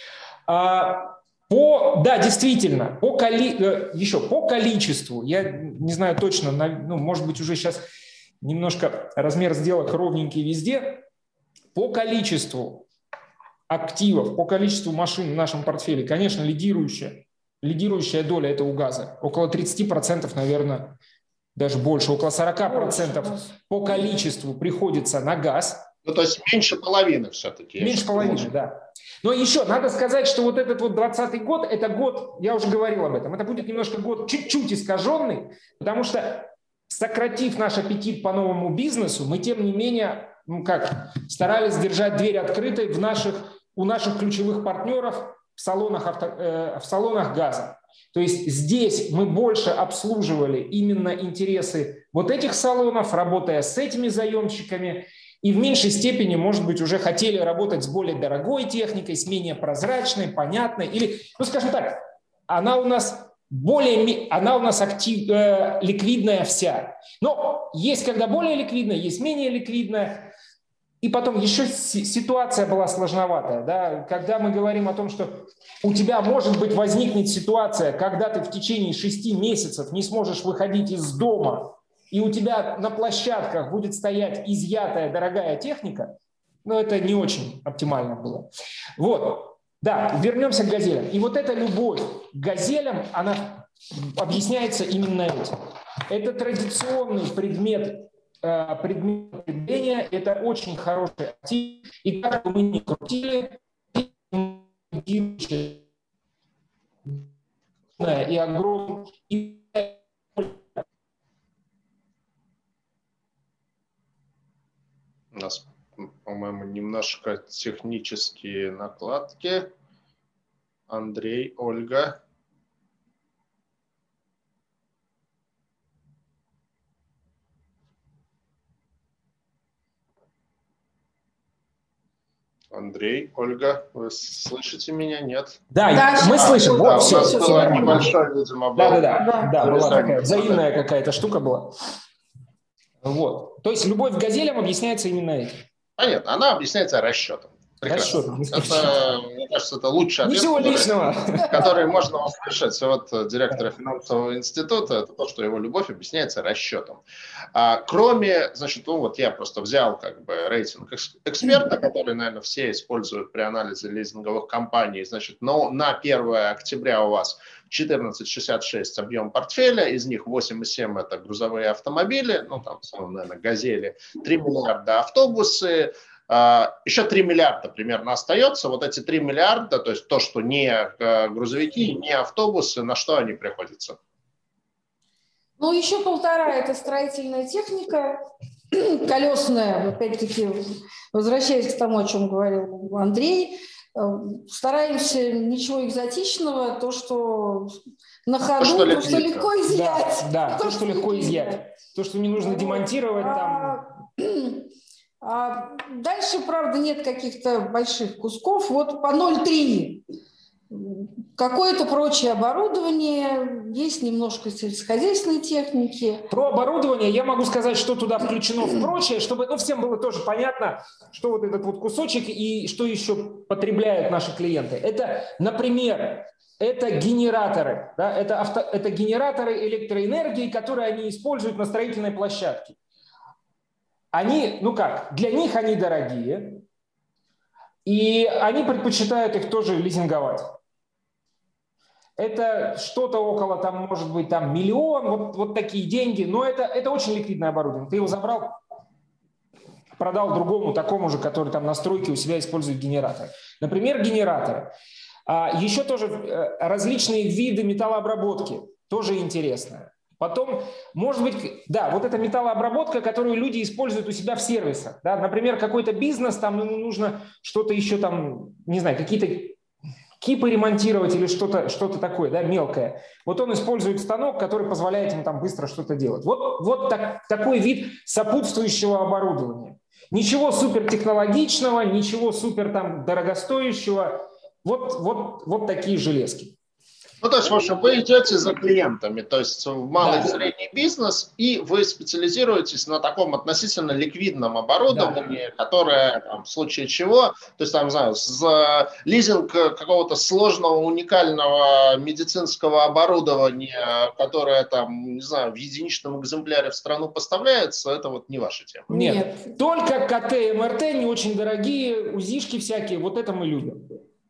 По, да, действительно, по, коли, еще по количеству, я не знаю точно, ну, может быть, уже сейчас немножко размер сделок ровненький везде, по количеству активов, по количеству машин в нашем портфеле, конечно, лидирующая, лидирующая доля – это у ГАЗа. Около тридцать процентов, наверное, даже больше, около сорок процентов по количеству приходится на газ. Ну, то есть меньше половины все-таки. Меньше половины, да. Но еще надо сказать, что вот этот вот двадцатый год, это год, я уже говорил об этом, это будет немножко год чуть-чуть искаженный, потому что, сократив наш аппетит по новому бизнесу, мы, тем не менее, ну как, старались держать дверь открытой в наших, у наших ключевых партнеров в салонах, авто, э, в салонах газа. То есть здесь мы больше обслуживали именно интересы вот этих салонов, работая с этими заемщиками, и в меньшей степени, может быть, уже хотели работать с более дорогой техникой, с менее прозрачной, понятной. Или, ну, скажем так, она у нас более, она у нас актив, э, ликвидная вся. Но есть когда более ликвидная, есть менее ликвидная. И потом еще ситуация была сложноватая. Да? Когда мы говорим о том, что у тебя может быть возникнет ситуация, когда ты в течение шести месяцев не сможешь выходить из дома, и у тебя на площадках будет стоять изъятая дорогая техника, но это не очень оптимально было. Вот, да, вернемся к «Газелям». И вот эта любовь к «Газелям», она объясняется именно этим. Это традиционный предмет, э, предмет потребления, это очень хороший актив. И как бы мы ни крутили, и огромный... У нас, по-моему, немножко технические накладки. Андрей, Ольга. Андрей, Ольга, вы слышите меня? Нет? Да, да мы слышим. Вот, да, все, у нас все, была все. небольшая, видимо, была. Да, да, да, да, была такая взаимная какая-то штука была. Вот. То есть любовь к «Газелям» объясняется именно этим. Понятно, она объясняется расчетом. Расчетом. Это, мне кажется, это лучший ответ, Ничего который, личного. который можно услышать от директора финансового института. Это то, что его любовь объясняется расчетом. А, кроме, значит, ну вот я просто взял как бы рейтинг эксперта, который, наверное, все используют при анализе лизинговых компаний. Значит, но на первое октября у вас четырнадцать шестьдесят шесть объем портфеля, из них восемь и семь это грузовые автомобили, ну там, в основном, наверное, «Газели», три миллиарда автобусы. Uh, еще три миллиарда примерно остается. Вот эти три миллиарда, то есть то, что не uh, грузовики, не автобусы, на что они приходятся? Ну, еще полтора – это строительная техника, колесная, опять-таки, возвращаясь к тому, о чем говорил Андрей, стараемся ничего экзотичного, то, что на ходу, то, что, то, что легко изъять. Да, да то, то, что легко изъять. То, что не нужно демонтировать там. А дальше, правда, нет каких-то больших кусков. Вот по ноль целых три. Какое-то прочее оборудование, есть немножко сельскохозяйственной техники. Про оборудование я могу сказать, что туда включено в прочее, чтобы ну, всем было тоже понятно, что вот этот вот кусочек и что еще потребляют наши клиенты. Это, например, это генераторы. Да? Это, авто, это генераторы электроэнергии, которые они используют на строительной площадке. Они, ну как, для них они дорогие, и они предпочитают их тоже лизинговать. Это что-то около, там, может быть, там миллион, вот, вот такие деньги, но это, это очень ликвидное оборудование. Ты его забрал, продал другому, такому же, который там на стройке у себя использует генераторы. Например, генераторы. А еще тоже различные виды металлообработки, тоже интересно. Потом, может быть, да, вот эта металлообработка, которую люди используют у себя в сервисах. Да? Например, какой-то бизнес, там ему нужно что-то еще там, не знаю, какие-то кипы ремонтировать или что-то что-то такое, да, мелкое. Вот он использует станок, который позволяет ему там быстро что-то делать. Вот, вот так, такой вид сопутствующего оборудования. Ничего супертехнологичного, ничего супер там дорогостоящего. Вот, вот, вот такие железки. Ну, то есть, в общем, вы идете за клиентами, то есть в малый да. и средний бизнес, и вы специализируетесь на таком относительно ликвидном оборудовании, да. которое, там, в случае чего, то есть, там, не знаю, за лизинг какого-то сложного, уникального медицинского оборудования, которое, там, не знаю, в единичном экземпляре в страну поставляется, это вот не ваша тема. Нет, Нет. только КТ, МРТ, не очень дорогие, УЗИшки всякие, вот это мы любим.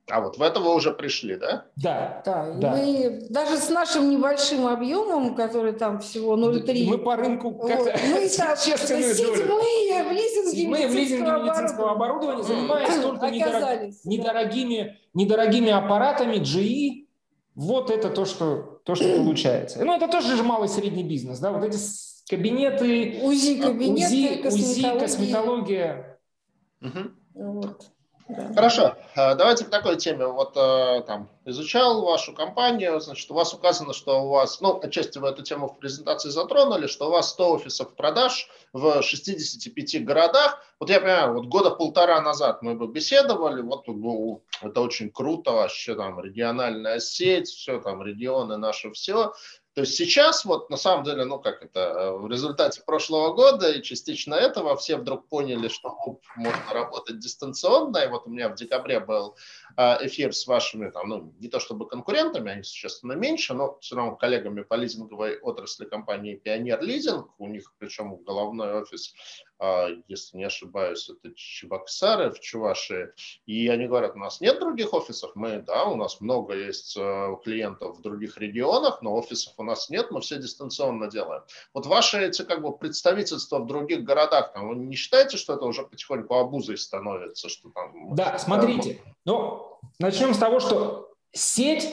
А вот в это вы уже пришли, да? Да. Да, и да. мы даже с нашим небольшим объемом, который там всего ноль целых три. Мы по рынку как-то Вот, мы там существенную долю. Седьмые в лизинге Седьмые в лизинге медицинского медицинского оборудования, занимаясь только недорог... недорогими, недорогими аппаратами, джи и. Вот это то, что, то, что получается. Ну, это тоже же малый и средний бизнес, да, вот эти кабинеты, УЗИ-кабинеты, УЗИ, косметология. косметология. Угу. Вот. Да. Хорошо, давайте к такой теме. Вот там изучал вашу компанию, значит, у вас указано, что у вас, ну, отчасти вы эту тему в презентации затронули, что у вас сто офисов продаж в шестидесяти пяти городах. Вот я понимаю, вот года полтора назад мы бы беседовали, вот ну, это очень круто, вообще там региональная сеть, все там, регионы наши, все. То есть сейчас вот на самом деле, ну как это, в результате прошлого года и частично этого все вдруг поняли, что оп, можно работать дистанционно. И вот у меня в декабре был эфир с вашими, там, ну не то чтобы конкурентами, они существенно меньше, но все равно коллегами по лизинговой отрасли компании Пионер Лизинг. У них причем головной офис, если не ошибаюсь, это Чебоксары в Чувашии. И они говорят, у нас нет других офисов. Мы, да, у нас много есть клиентов в других регионах, но офисов у нас нет, мы все дистанционно делаем. Вот ваши эти как бы представительства в других городах, там, вы не считаете, что это уже потихоньку обузой становится? Что там... Да, смотрите, ну, начнем с того, что сеть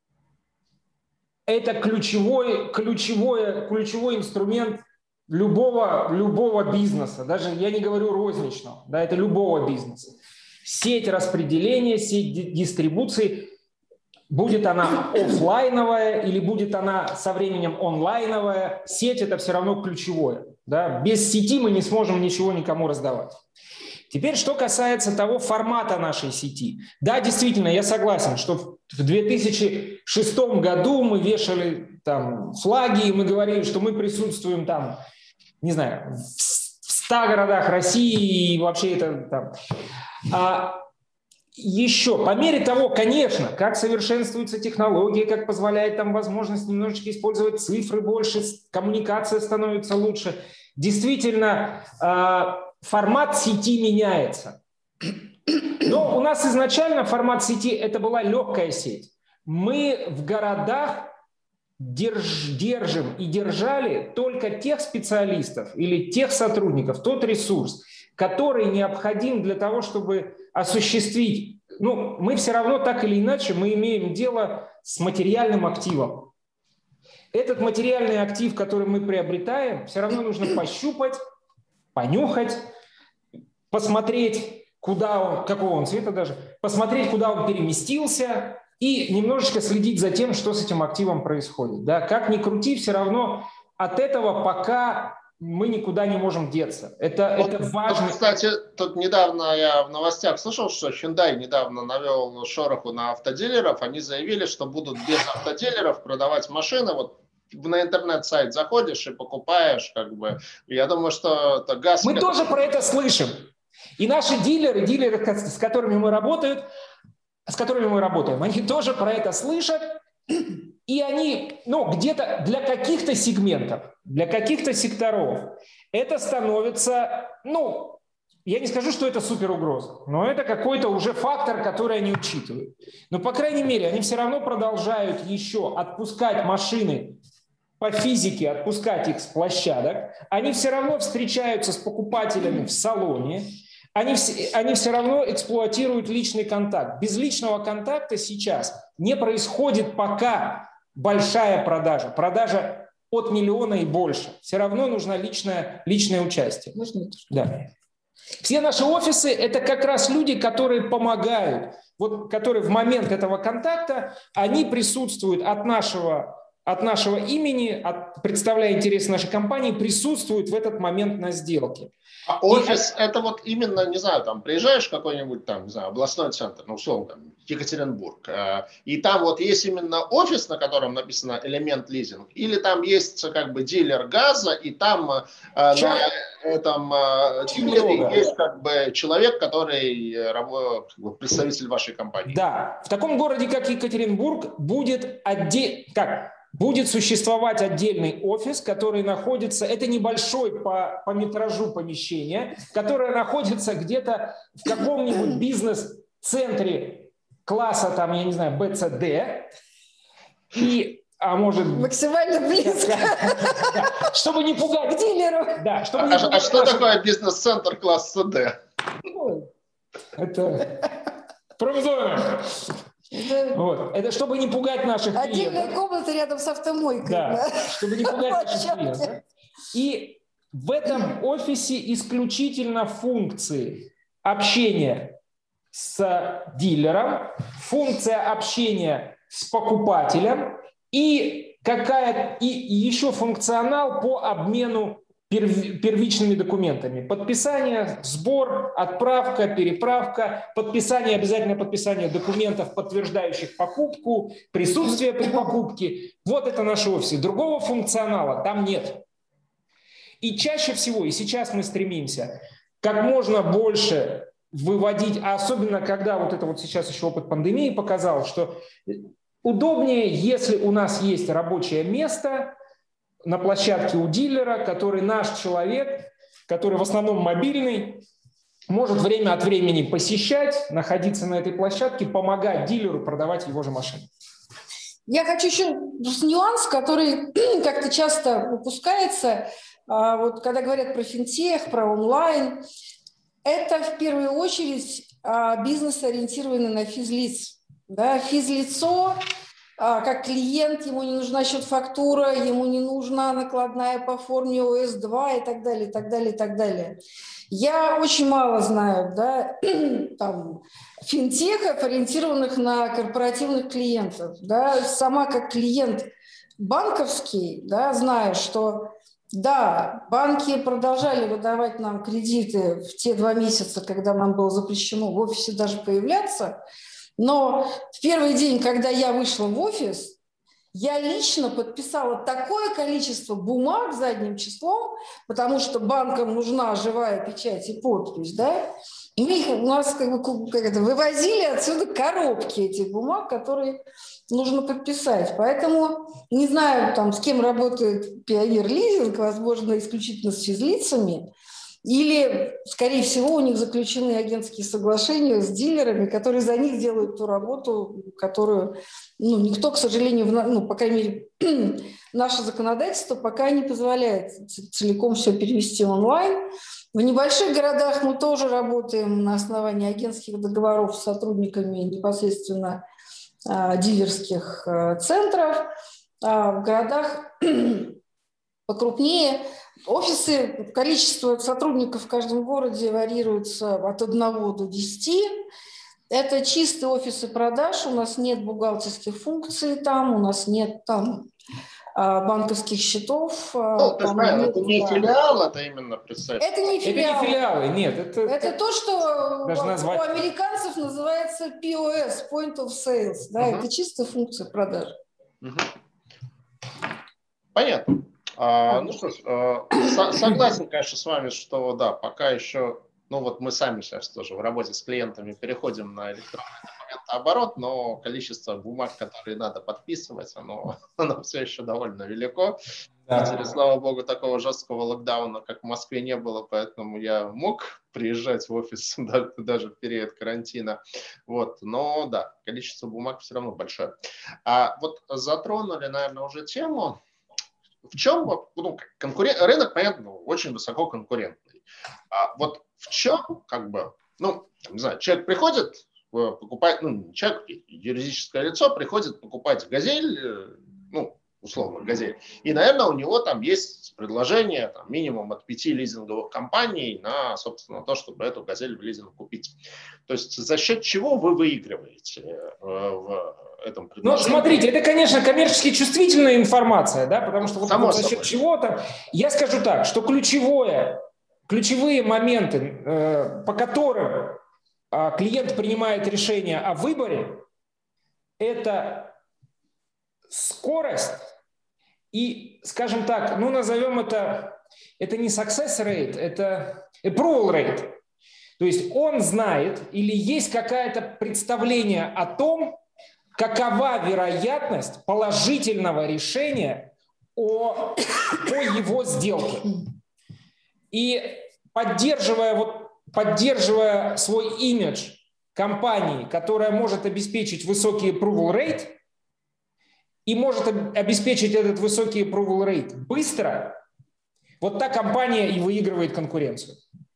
– это ключевой, ключевой, ключевой инструмент любого, любого бизнеса, даже я не говорю розничного, да, это любого бизнеса. Сеть распределения, сеть дистрибуции, будет она офлайновая или будет она со временем онлайновая, сеть – это все равно ключевое. Да? Без сети мы не сможем ничего никому раздавать. Теперь, что касается того формата нашей сети. Да, действительно, я согласен, что в две тысячи шестом году мы вешали там флаги, и мы говорили, что мы присутствуем там, не знаю, в ста городах России, и вообще это там... А еще, по мере того, конечно, как совершенствуется технология, как позволяет там возможность немножечко использовать цифры больше, коммуникация становится лучше, действительно, формат сети меняется. Но у нас изначально формат сети – это была легкая сеть. Мы в городах держ, держим и держали только тех специалистов или тех сотрудников, тот ресурс, который необходим для того, чтобы осуществить. Ну, мы все равно так или иначе мы имеем дело с материальным активом. Этот материальный актив, который мы приобретаем, все равно нужно пощупать, понюхать, посмотреть, куда он, какого он цвета даже, посмотреть, куда он переместился и немножечко следить за тем, что с этим активом происходит. Да? Как ни крути, все равно от этого пока мы никуда не можем деться. Это, вот, это важно. Вот, кстати, тут недавно я в новостях слышал, что Hyundai недавно навел шороху на автодилеров. Они заявили, что будут без автодилеров продавать машины. Вот на интернет-сайт заходишь и покупаешь, как бы. Я думаю, что это газ. Мы тоже про это слышим. И наши дилеры, дилеры, с которыми мы работаем, с которыми мы работаем, они тоже про это слышат. И они, ну, где-то для каких-то сегментов, для каких-то секторов это становится, ну, я не скажу, что это суперугроза, но это какой-то уже фактор, который они учитывают. Но, по крайней мере, они все равно продолжают еще отпускать машины по физике, отпускать их с площадок. Они все равно встречаются с покупателями в салоне. Они, они все равно эксплуатируют личный контакт. Без личного контакта сейчас не происходит пока большая продажа. Продажа от миллиона и больше. Все равно нужно личное, личное участие. Да. Все наши офисы – это как раз люди, которые помогают, вот, которые в момент этого контакта, они присутствуют от нашего, от нашего имени, от, представляя интересы нашей компании, присутствуют в этот момент на сделке. А офис и, это вот именно, не знаю, там приезжаешь в какой-нибудь там, не знаю, областной центр, ну, условно, там, Екатеринбург, э, и там вот есть именно офис, на котором написано «Элемент лизинг», или там есть как бы дилер газа, и там э, на этом э, дилере есть как бы человек, который э, как бы, представитель вашей компании. Да, в таком городе, как Екатеринбург, будет отдельно, как будет существовать отдельный офис, который находится, это небольшой по, по метражу помещение, которое находится где-то в каком-нибудь бизнес-центре класса, там, я не знаю, би си ди, и, а может... Максимально близко. Да, чтобы не пугать... К дилеру. Да, чтобы а, не а, пугать а что наших... такое бизнес-центр класса Д? Ну, это промзона. Это... Вот. Это чтобы не пугать наших Отдельная клиентов. комната рядом с автомойкой. Да, Да, чтобы не пугать наших клиентов. И в этом офисе исключительно функции общения с дилером, функция общения с покупателем и, какая, и еще функционал по обмену первичными документами. Подписание, сбор, отправка, переправка, подписание, обязательно подписание документов, подтверждающих покупку, присутствие при покупке. Вот это наши офисы. Другого функционала там нет. И чаще всего, и сейчас мы стремимся как можно больше выводить, а особенно когда вот это вот сейчас еще опыт пандемии показал, что удобнее, если у нас есть рабочее место на площадке у дилера, который наш человек, который в основном мобильный, может время от времени посещать, находиться на этой площадке, помогать дилеру продавать его же машину. Я хочу еще нюанс, который как-то часто упускается, вот когда говорят про финтех, про онлайн. Это в первую очередь бизнес, ориентированный на физлиц. Да, физлицо, как клиент, ему не нужна счет-фактура, ему не нужна накладная по форме о эс два и так далее, и так далее, и так далее. Я очень мало знаю, да, там, финтехов, ориентированных на корпоративных клиентов. Да. Сама как клиент банковский, да, знаю, что да, банки продолжали выдавать нам кредиты в те два месяца, когда нам было запрещено в офисе даже появляться. Но в первый день, когда я вышла в офис, я лично подписала такое количество бумаг задним числом, потому что банкам нужна живая печать и подпись, да? И мы их, у нас как бы, как это, вывозили отсюда коробки этих бумаг, которые нужно подписать. Поэтому не знаю, там, с кем работает Пионер Лизинг, возможно, исключительно с физлицами, или, скорее всего, у них заключены агентские соглашения с дилерами, которые за них делают ту работу, которую ну, никто, к сожалению, ну, по крайней мере, наше законодательство пока не позволяет целиком все перевести онлайн. В небольших городах мы тоже работаем на основании агентских договоров с сотрудниками непосредственно а, дилерских а, центров. А в городах покрупнее офисы, количество сотрудников в каждом городе варьируется от одного до десяти. Это чистые офисы продаж, у нас нет бухгалтерских функций там, у нас нет там банковских счетов. Ну, ты знаешь, это не филиал, это именно представь. Это не филиал. Это не филиалы, нет. Это, это то, что назвать... у американцев называется пи о эс, Point of Sales. Да, uh-huh. Это чистая функция продаж. Uh-huh. Понятно. А, ну что ж, а, согласен, конечно, с вами, что да, пока еще, ну вот мы сами сейчас тоже в работе с клиентами переходим на электронный документооборот, но количество бумаг, которые надо подписывать, оно, оно все еще довольно велико. Да. Питере, слава богу, такого жесткого локдауна, как в Москве, не было, поэтому я мог приезжать в офис даже в период карантина. Вот. Но да, количество бумаг все равно большое. А вот затронули, наверное, уже тему. В чем ну, конкурен... рынок, понятно, очень высоко конкурентный. А вот в чем, как бы, ну, не знаю, человек приходит покупать, ну, человек, юридическое лицо приходит покупать «Газель», ну, условно, «Газель», и, наверное, у него там есть предложение там, минимум от пяти лизинговых компаний на, собственно, то, чтобы эту «Газель» в лизинг купить. То есть за счет чего вы выигрываете в этом предложении? Ну, смотрите, это, конечно, коммерчески чувствительная информация, да, потому что вот, вот за счет чего-то, я скажу так, что ключевое, ключевые моменты, э, по которым э, клиент принимает решение о выборе, это скорость и, скажем так, ну, назовем это, это не success rate, это approval rate. То есть он знает или есть какое-то представление о том, какова вероятность положительного решения о, о его сделке. И поддерживая, вот, поддерживая свой имидж компании, которая может обеспечить высокий approval rate и может обеспечить этот высокий approval rate быстро, вот та компания и выигрывает конкуренцию.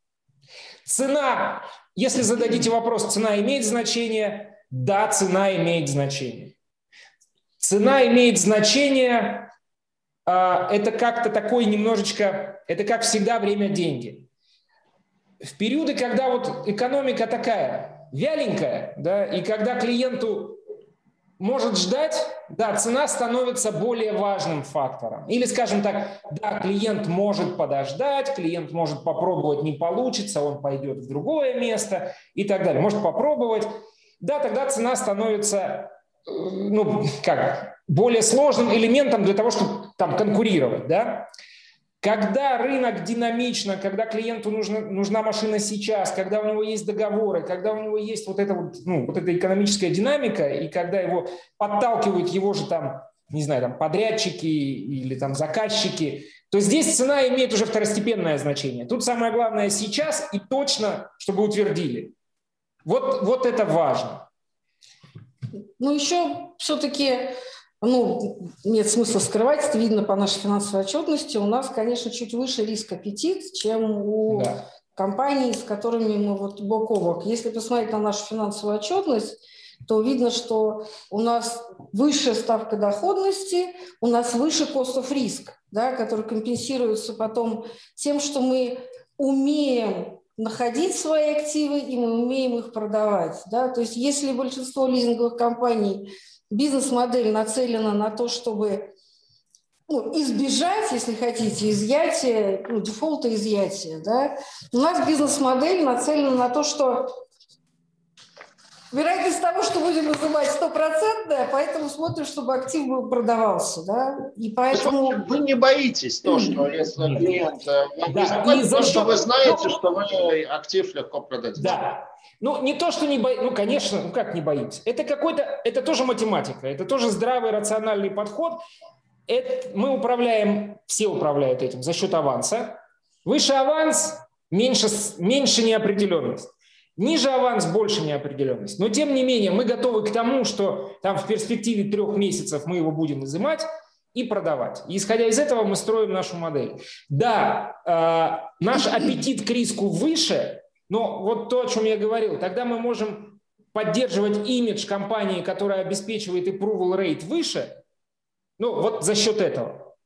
Цена, если зададите вопрос, цена имеет значение? Да, цена имеет значение. Цена имеет значение, это как-то такой немножечко, это как всегда время – деньги. В периоды, когда вот экономика такая вяленькая, да, и когда клиенту может ждать, да, цена становится более важным фактором. Или, скажем так, да, клиент может подождать, клиент может попробовать, не получится, он пойдет в другое место и так далее. Может попробовать. Да, тогда цена становится, ну, как, более сложным элементом для того, чтобы там конкурировать, да. Когда рынок динамично, когда клиенту нужна, нужна машина сейчас, когда у него есть договоры, когда у него есть вот эта, вот, ну, вот эта экономическая динамика, и когда его подталкивают его же там, не знаю, там, подрядчики или там заказчики, то здесь цена имеет уже второстепенное значение. Тут самое главное сейчас и точно, чтобы утвердили. Вот, вот это важно. Ну, еще все-таки... Ну, нет смысла скрывать, это видно по нашей финансовой отчетности. У нас, конечно, чуть выше риск аппетит, чем у да. компаний, с которыми мы вот бок о бок. Если посмотреть на нашу финансовую отчетность, то видно, что у нас выше ставка доходности, у нас выше cost of risk, да, который компенсируется потом тем, что мы умеем находить свои активы и мы умеем их продавать. Да? То есть если большинство лизинговых компаний бизнес-модель нацелена на то, чтобы ну, избежать, если хотите, изъятия, ну, дефолта изъятия. Да? У нас бизнес-модель нацелена на то, что вероятность того, что будем изымать стопроцентная, поэтому смотрим, чтобы актив был продавался. Да? И поэтому... Вы не боитесь то, что если клиент вам не заплатит, потому что вы знаете, что вы актив легко продадите. Да. Ну, не то, что не боитесь, ну, конечно, ну как не боитесь. Это какой-то, это тоже математика, это тоже здравый, рациональный подход. Это, мы управляем, все управляют этим за счет аванса. Выше аванс, меньше, меньше неопределенность. Ниже аванс, больше неопределенность. Но, тем не менее, мы готовы к тому, что там в перспективе трех месяцев мы его будем изымать и продавать. И, исходя из этого, мы строим нашу модель. Да, э, наш аппетит к риску выше. Но вот то, о чем я говорил, тогда мы можем поддерживать имидж компании, которая обеспечивает approval rate выше, ну вот за счет этого.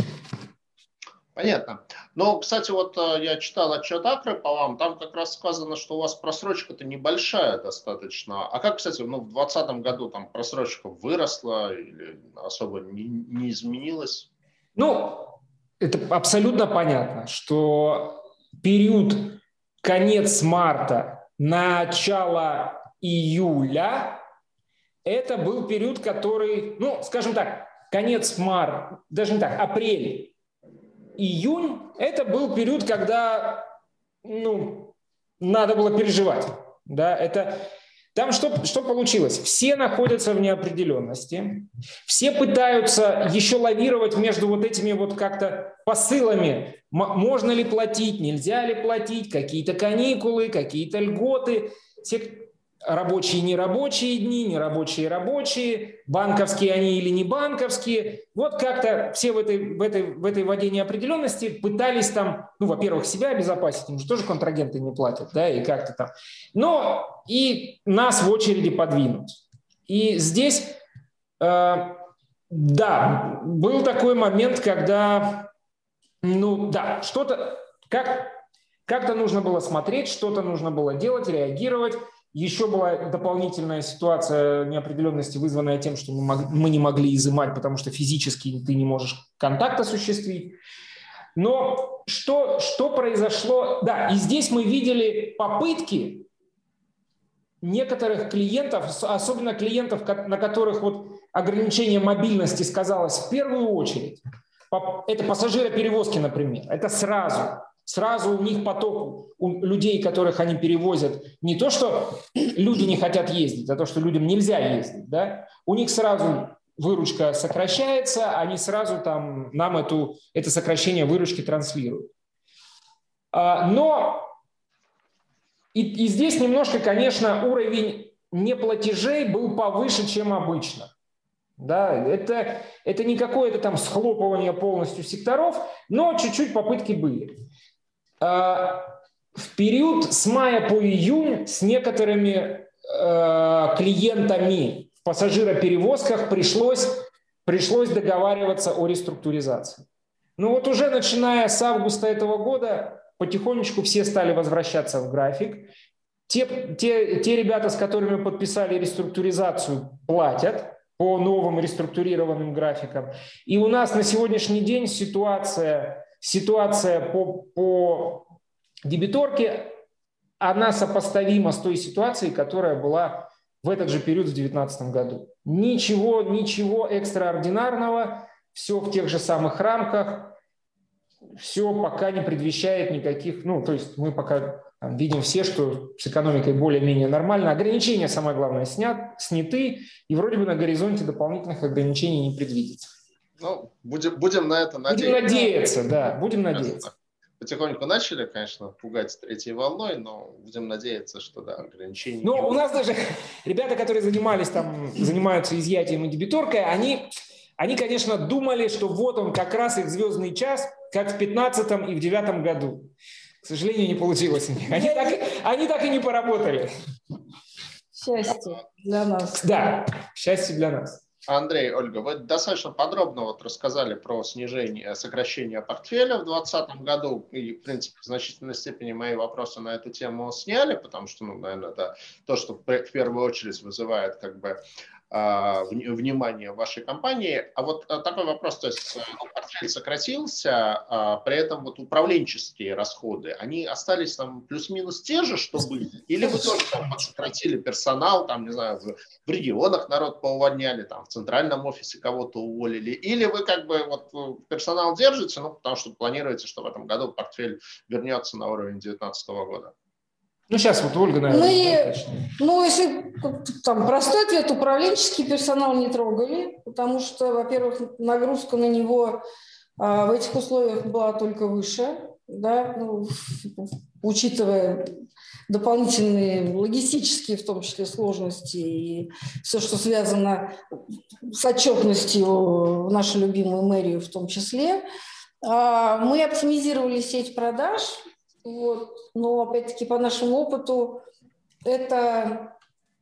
Понятно. Но, кстати, вот я читал отчет Акры по вам, там как раз сказано, что у вас просрочка-то небольшая достаточно. А как, кстати, ну, в двадцатом году там просрочка выросла или особо не, не изменилась? Ну, это абсолютно понятно, что период конец марта, начало июля, это был период, который, ну, скажем так, конец марта, даже не так, апрель, июнь, это был период, когда, ну, надо было переживать, да, это... Там что, что получилось? Все находятся в неопределенности, все пытаются еще лавировать между вот этими вот как-то посылами. Можно ли платить, нельзя ли платить, какие-то каникулы, какие-то льготы, все рабочие и нерабочие дни, нерабочие и рабочие, банковские они или не банковские. Вот как-то все в этой, в этой, в этой воде неопределенности пытались там, ну, во-первых, себя обезопасить, им же тоже контрагенты не платят, да, и как-то там. Но и нас в очереди подвинуть. И здесь, э, да, был такой момент, когда, ну, да, что-то, как, как-то нужно было смотреть, что-то нужно было делать, реагировать. Еще была дополнительная ситуация неопределенности, вызванная тем, что мы, мог, мы не могли изымать, потому что физически ты не можешь контакт осуществить. Но что, что произошло? Да, и здесь мы видели попытки некоторых клиентов, особенно клиентов, на которых вот ограничение мобильности сказалось в первую очередь. Это пассажироперевозки, например. Это сразу. Сразу у них поток у людей, которых они перевозят, не то, что люди не хотят ездить, а то, что людям нельзя ездить. Да? У них сразу выручка сокращается, они сразу там, нам эту, это сокращение выручки транслируют. Но и, и здесь немножко, конечно, уровень неплатежей был повыше, чем обычно. Да, это, это не какое-то там схлопывание полностью секторов, но чуть-чуть попытки были. В период с мая по июнь с некоторыми клиентами в пассажироперевозках пришлось, пришлось договариваться о реструктуризации. Но вот уже начиная с августа этого года потихонечку все стали возвращаться в график. Те, те, те ребята, с которыми подписали реструктуризацию, платят по новым реструктурированным графикам. И у нас на сегодняшний день ситуация, ситуация по, по дебиторке, она сопоставима с той ситуацией, которая была в этот же период в две тысячи девятнадцатом году. Ничего, ничего экстраординарного, все в тех же самых рамках, все пока не предвещает никаких, ну, то есть мы пока там видим все, что с экономикой более-менее нормально. Ограничения, самое главное, снят, сняты, и вроде бы на горизонте дополнительных ограничений не предвидится. Ну, будем, будем на это надеяться. Будем надеяться, да, будем надеяться. Потихоньку начали, конечно, пугать третьей волной, но будем надеяться, что, да, ограничений... Но у нас даже ребята, которые занимались там, занимаются изъятием и дебиторкой, они, они, конечно, думали, что вот он как раз их звездный час, как в пятнадцатом и в девятом году. К сожалению, не получилось у них. Они так, они так и не поработали. Счастье для нас. Да, счастье для нас. Андрей, Ольга, вы достаточно подробно вот рассказали про снижение, сокращение портфеля в двадцатом году. И, в принципе, в значительной степени мои вопросы на эту тему сняли, потому что, ну, наверное, это то, что в первую очередь вызывает как бы внимание вашей компании. А вот такой вопрос, то есть портфель сократился, а при этом вот управленческие расходы, они остались там плюс-минус те же, что были? Или вы тоже там сократили персонал, там, не знаю, в, в регионах народ поувольняли, там, в центральном офисе кого-то уволили? Или вы как бы вот персонал держите, ну, потому что планируете, что в этом году портфель вернется на уровень две тысячи девятнадцатого года? Ну, сейчас вот Ольга, наверное. Мы, ну, если там простой ответ, управленческий персонал не трогали, потому что, во-первых, нагрузка на него а, в этих условиях была только выше, да, ну, учитывая дополнительные логистические, в том числе, сложности и все, что связано с отчетностью в нашу любимую мэрию в том числе. А, мы оптимизировали сеть продаж. Вот. Но, опять-таки, по нашему опыту, это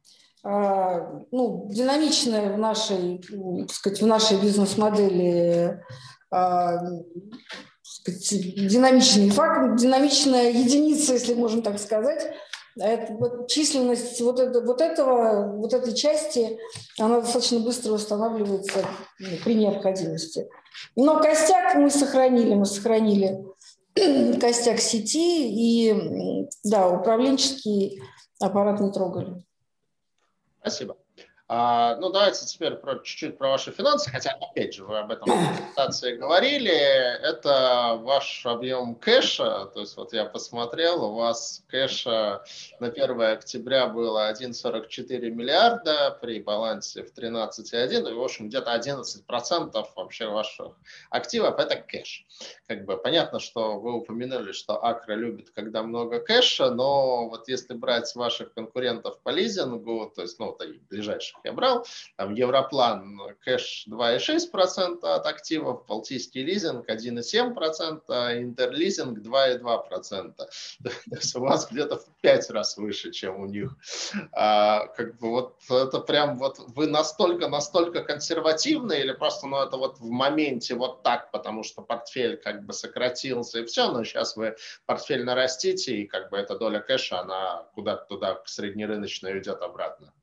а, ну, динамичная в нашей, так сказать, в нашей бизнес-модели а, сказать, динамичный факт, динамичная единица, если можно так сказать. Это, вот, численность вот, это, вот, этого, вот этой части, она достаточно быстро восстанавливается ну, при необходимости. Но костяк мы сохранили, мы сохранили костяк сети и, да, управленческий аппарат не трогали. Спасибо. А, ну, давайте теперь про, чуть-чуть про ваши финансы, хотя, опять же, вы об этом в презентации говорили. Это ваш объем кэша, то есть вот я посмотрел, у вас кэша на первое октября было один целых сорок четыре миллиарда при балансе в тринадцать целых один, и, в общем, где-то одиннадцать процентов вообще ваших активов – это кэш. Как бы понятно, что вы упомянули, что Акро любит, когда много кэша, но вот если брать ваших конкурентов по лизингу, то есть, ну, вот ближайших я брал, там Европлан кэш два целых шесть десятых процента от активов, Балтийский лизинг один целых семь десятых процента, Интерлизинг два целых два десятых процента. То есть у вас где-то в пять раз выше, чем у них. А, как бы вот это прям вот вы настолько, настолько консервативны или просто, ну, это вот в моменте вот так, потому что портфель как бы сократился и все, но сейчас вы портфель нарастите и как бы эта доля кэша, она куда-то туда к среднерыночной уйдет обратно.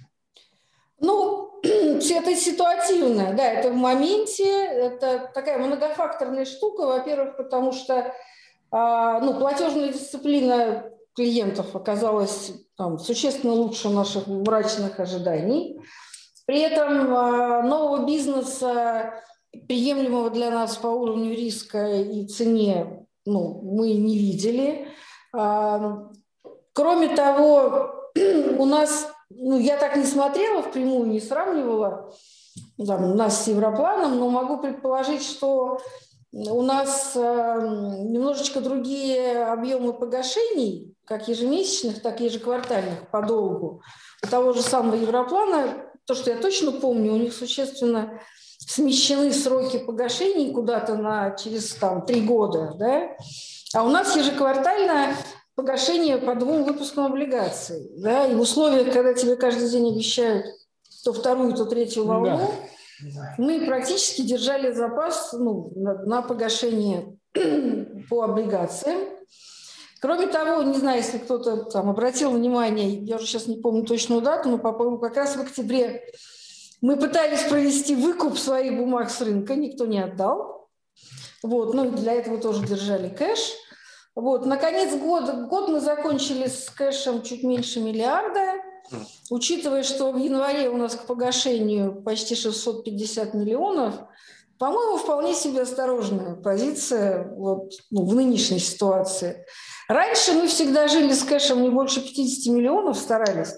Ну, это ситуативно, да, это в моменте, это такая многофакторная штука, во-первых, потому что ну, платежная дисциплина клиентов оказалась там, существенно лучше наших мрачных ожиданий. При этом нового бизнеса, приемлемого для нас по уровню риска и цене, ну, мы не видели. Кроме того, у нас... Ну, я так не смотрела впрямую, не сравнивала там, нас с Европланом, но могу предположить, что у нас э, немножечко другие объемы погашений как ежемесячных, так и ежеквартальных по долгу. У того же самого Европлана, то, что я точно помню, у них существенно смещены сроки погашений куда-то на через там, три года, да? А у нас ежеквартальное погашение по двум выпускам облигаций. Да? И в условиях, когда тебе каждый день обещают то вторую, то третью волну, да. Мы практически держали запас ну, на, на погашение по облигациям. Кроме того, не знаю, если кто-то там обратил внимание, я уже сейчас не помню точную дату, но, по-моему, как раз в октябре мы пытались провести выкуп своих бумаг с рынка, никто не отдал. Вот, ну, для этого тоже держали кэш. Вот, на конец года год мы закончили с кэшем чуть меньше миллиарда. Учитывая, что в январе у нас к погашению почти шестьсот пятьдесят миллионов, по-моему, вполне себе осторожная позиция вот, ну, в нынешней ситуации. Раньше мы всегда жили с кэшем не больше пятидесяти миллионов, старались.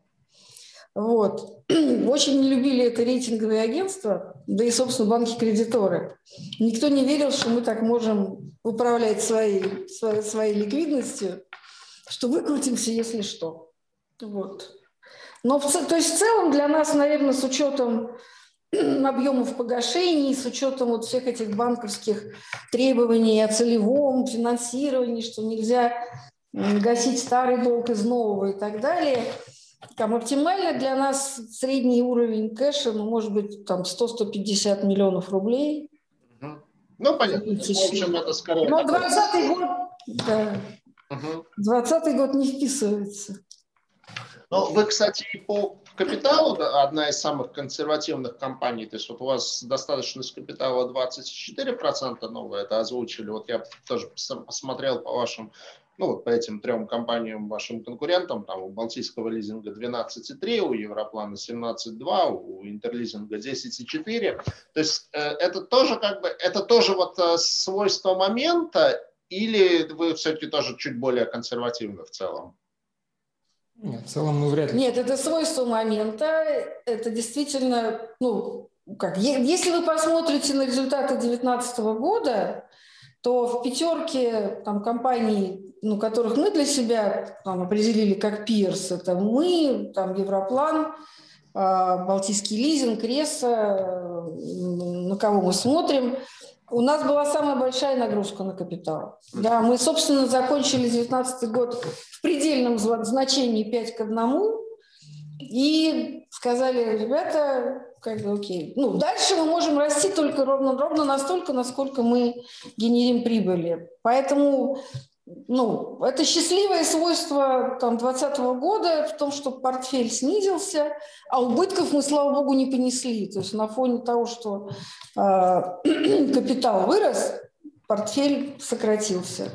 Вот. Очень не любили это рейтинговые агентства, да и, собственно, банки-кредиторы. Никто не верил, что мы так можем управлять своей, своей, своей ликвидностью, что выкрутимся, если что. Вот. Но в, то есть в целом для нас, наверное, с учетом объемов погашений, с учетом вот всех этих банковских требований о целевом финансировании, что нельзя гасить старый долг из нового и так далее, там оптимально для нас средний уровень кэша, ну, может быть, там сто - сто пятьдесят миллионов рублей. Ну, понятно. В общем, это скорее... Но двадцатый год, да, двадцатый год не вписывается. Ну, вы, кстати, и по капиталу, да, одна из самых консервативных компаний, то есть вот у вас достаточность капитала двадцать четыре процента новое, это озвучили, вот я тоже посмотрел по вашим, ну вот по этим трем компаниям, вашим конкурентам, там у Балтийского лизинга двенадцать целых три, у Европлана семнадцать целых два, у Интерлизинга десять целых четыре, то есть э, это тоже как бы, это тоже вот э, свойство момента, или вы все-таки тоже чуть более консервативны в целом? Нет, в целом мы вряд ли. Нет, это свойство момента, это действительно, ну, как, если вы посмотрите на результаты две тысячи девятнадцатого года, то в пятерке там, компаний, ну, которых мы для себя там, определили как пирс, это мы, там, Европлан, Балтийский лизинг, Реса, на кого мы смотрим, у нас была самая большая нагрузка на капитал. Да, мы, собственно, закончили две тысячи девятнадцатый год в предельном значении пять к одному и сказали, ребята, как бы окей. Ну, дальше мы можем расти только ровно, ровно настолько, насколько мы генерим прибыли. Поэтому ну, это счастливое свойство там, двадцатого года в том, что портфель снизился, а убытков мы, слава богу, не понесли. То есть на фоне того, что э, капитал вырос, портфель сократился.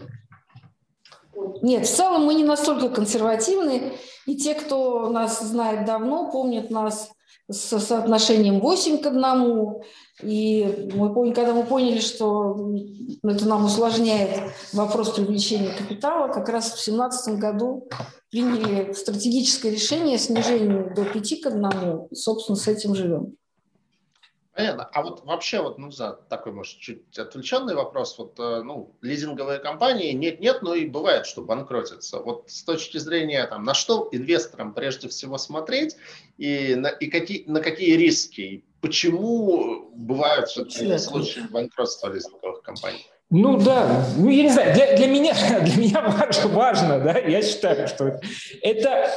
Нет, в целом мы не настолько консервативны, и те, кто нас знает давно, помнят нас с соотношением восемь к одному. И мы, когда мы поняли, что это нам усложняет вопрос привлечения капитала, как раз в две тысячи семнадцатом году приняли стратегическое решение о снижении до пяти к одному. И, собственно, с этим живем. Понятно. А вот вообще, вот, ну, за такой, может, чуть отвлеченный вопрос, вот, ну, лизинговые компании нет-нет, но и бывает, что банкротятся. Вот с точки зрения, там, на что инвесторам прежде всего смотреть и на, и какие, на какие риски, и почему бывают все-таки случаи банкротства лизинговых компаний? Ну да, ну я не знаю, для, для меня, для меня важно, важно, да, я считаю, что это,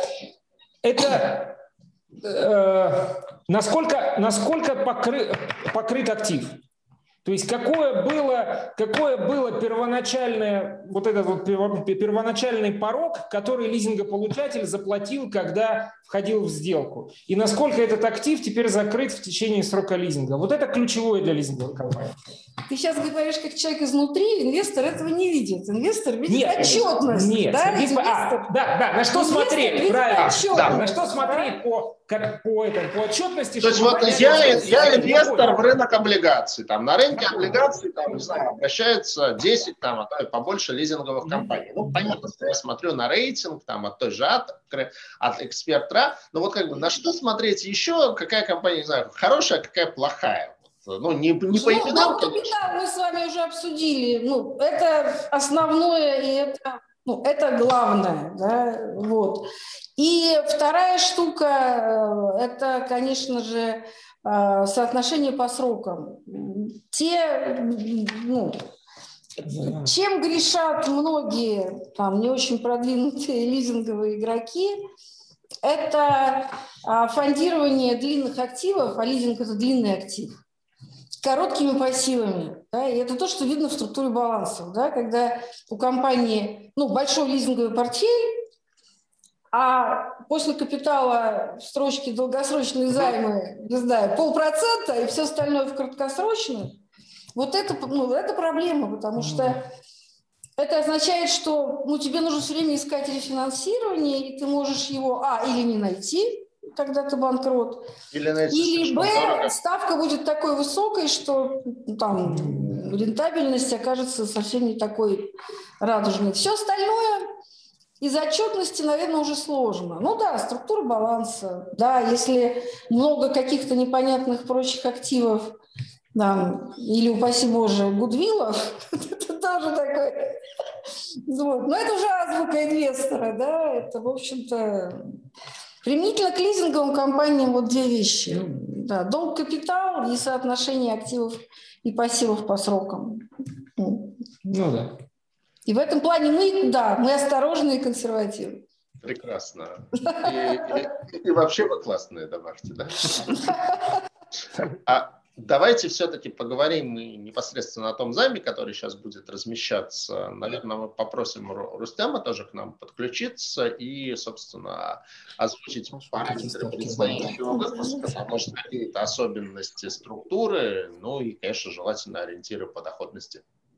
это э, насколько, насколько покры, покрыт актив. То есть какое было, какое было первоначальное, вот этот вот первоначальный порог, который лизингополучатель заплатил, когда входил в сделку. И насколько этот актив теперь закрыт в течение срока лизинга. Вот это ключевое для лизинговой компании. Ты сейчас говоришь, как человек изнутри, инвестор этого не видит. Инвестор видит нет, отчетность. Нет, да, инвестор, а, да, да, на что смотреть, правильно. Да, на что смотреть по, по, этому, по отчетности. То есть вот я, я инвестор в рынок облигаций. Там, на рынке облигаций, там, не знаю, обращаются десять, там, а то и побольше лизинговых компаний. Ну, понятно, что я смотрю на рейтинг, там, от той же от, от Эксперт.ра, но вот как бы на что смотреть еще, какая компания, не знаю, хорошая, какая плохая. Ну, не, не по именам, ну, капитал мы с вами уже обсудили. Ну, это основное, и это Ну, это главное, да, вот. И вторая штука – это, конечно же, соотношение по срокам. Те, ну, чем грешат многие там не очень продвинутые лизинговые игроки, это фондирование длинных активов, а лизинг – это длинный актив, короткими пассивами. Да, и это то, что видно в структуре балансов. Да, когда у компании ну, большой лизинговый портфель, а после капитала в строчке долгосрочные займы, не знаю, полпроцента, и все остальное в краткосрочных, вот это, ну, это проблема, потому что это означает, что ну, тебе нужно все время искать рефинансирование, и ты можешь его, а, или не найти, когда ты банкрот, или, найти или б, ставка будет такой высокой, что там рентабельность окажется совсем не такой радужной. Все остальное из отчетности, наверное, уже сложно. Ну да, структура баланса, да, если много каких-то непонятных прочих активов, да, или, упаси Боже, гудвиллов, это тоже такое. Вот. Но это уже азбука инвестора, да, это, в общем-то, применительно к лизинговым компаниям вот две вещи. Да, долг, капитал и соотношение активов и пассивов по срокам. Ну да. И в этом плане мы, да, мы осторожны и консервативны. Прекрасно. И, и, и вообще вы классные, добавьте, да? А давайте все-таки поговорим непосредственно о том займе, который сейчас будет размещаться. Наверное, мы попросим Рустема тоже к нам подключиться и, собственно, озвучить параметры предстоящего выпуска, а может, какие-то особенности структуры, ну и, конечно, желательно ориентиры по доходности.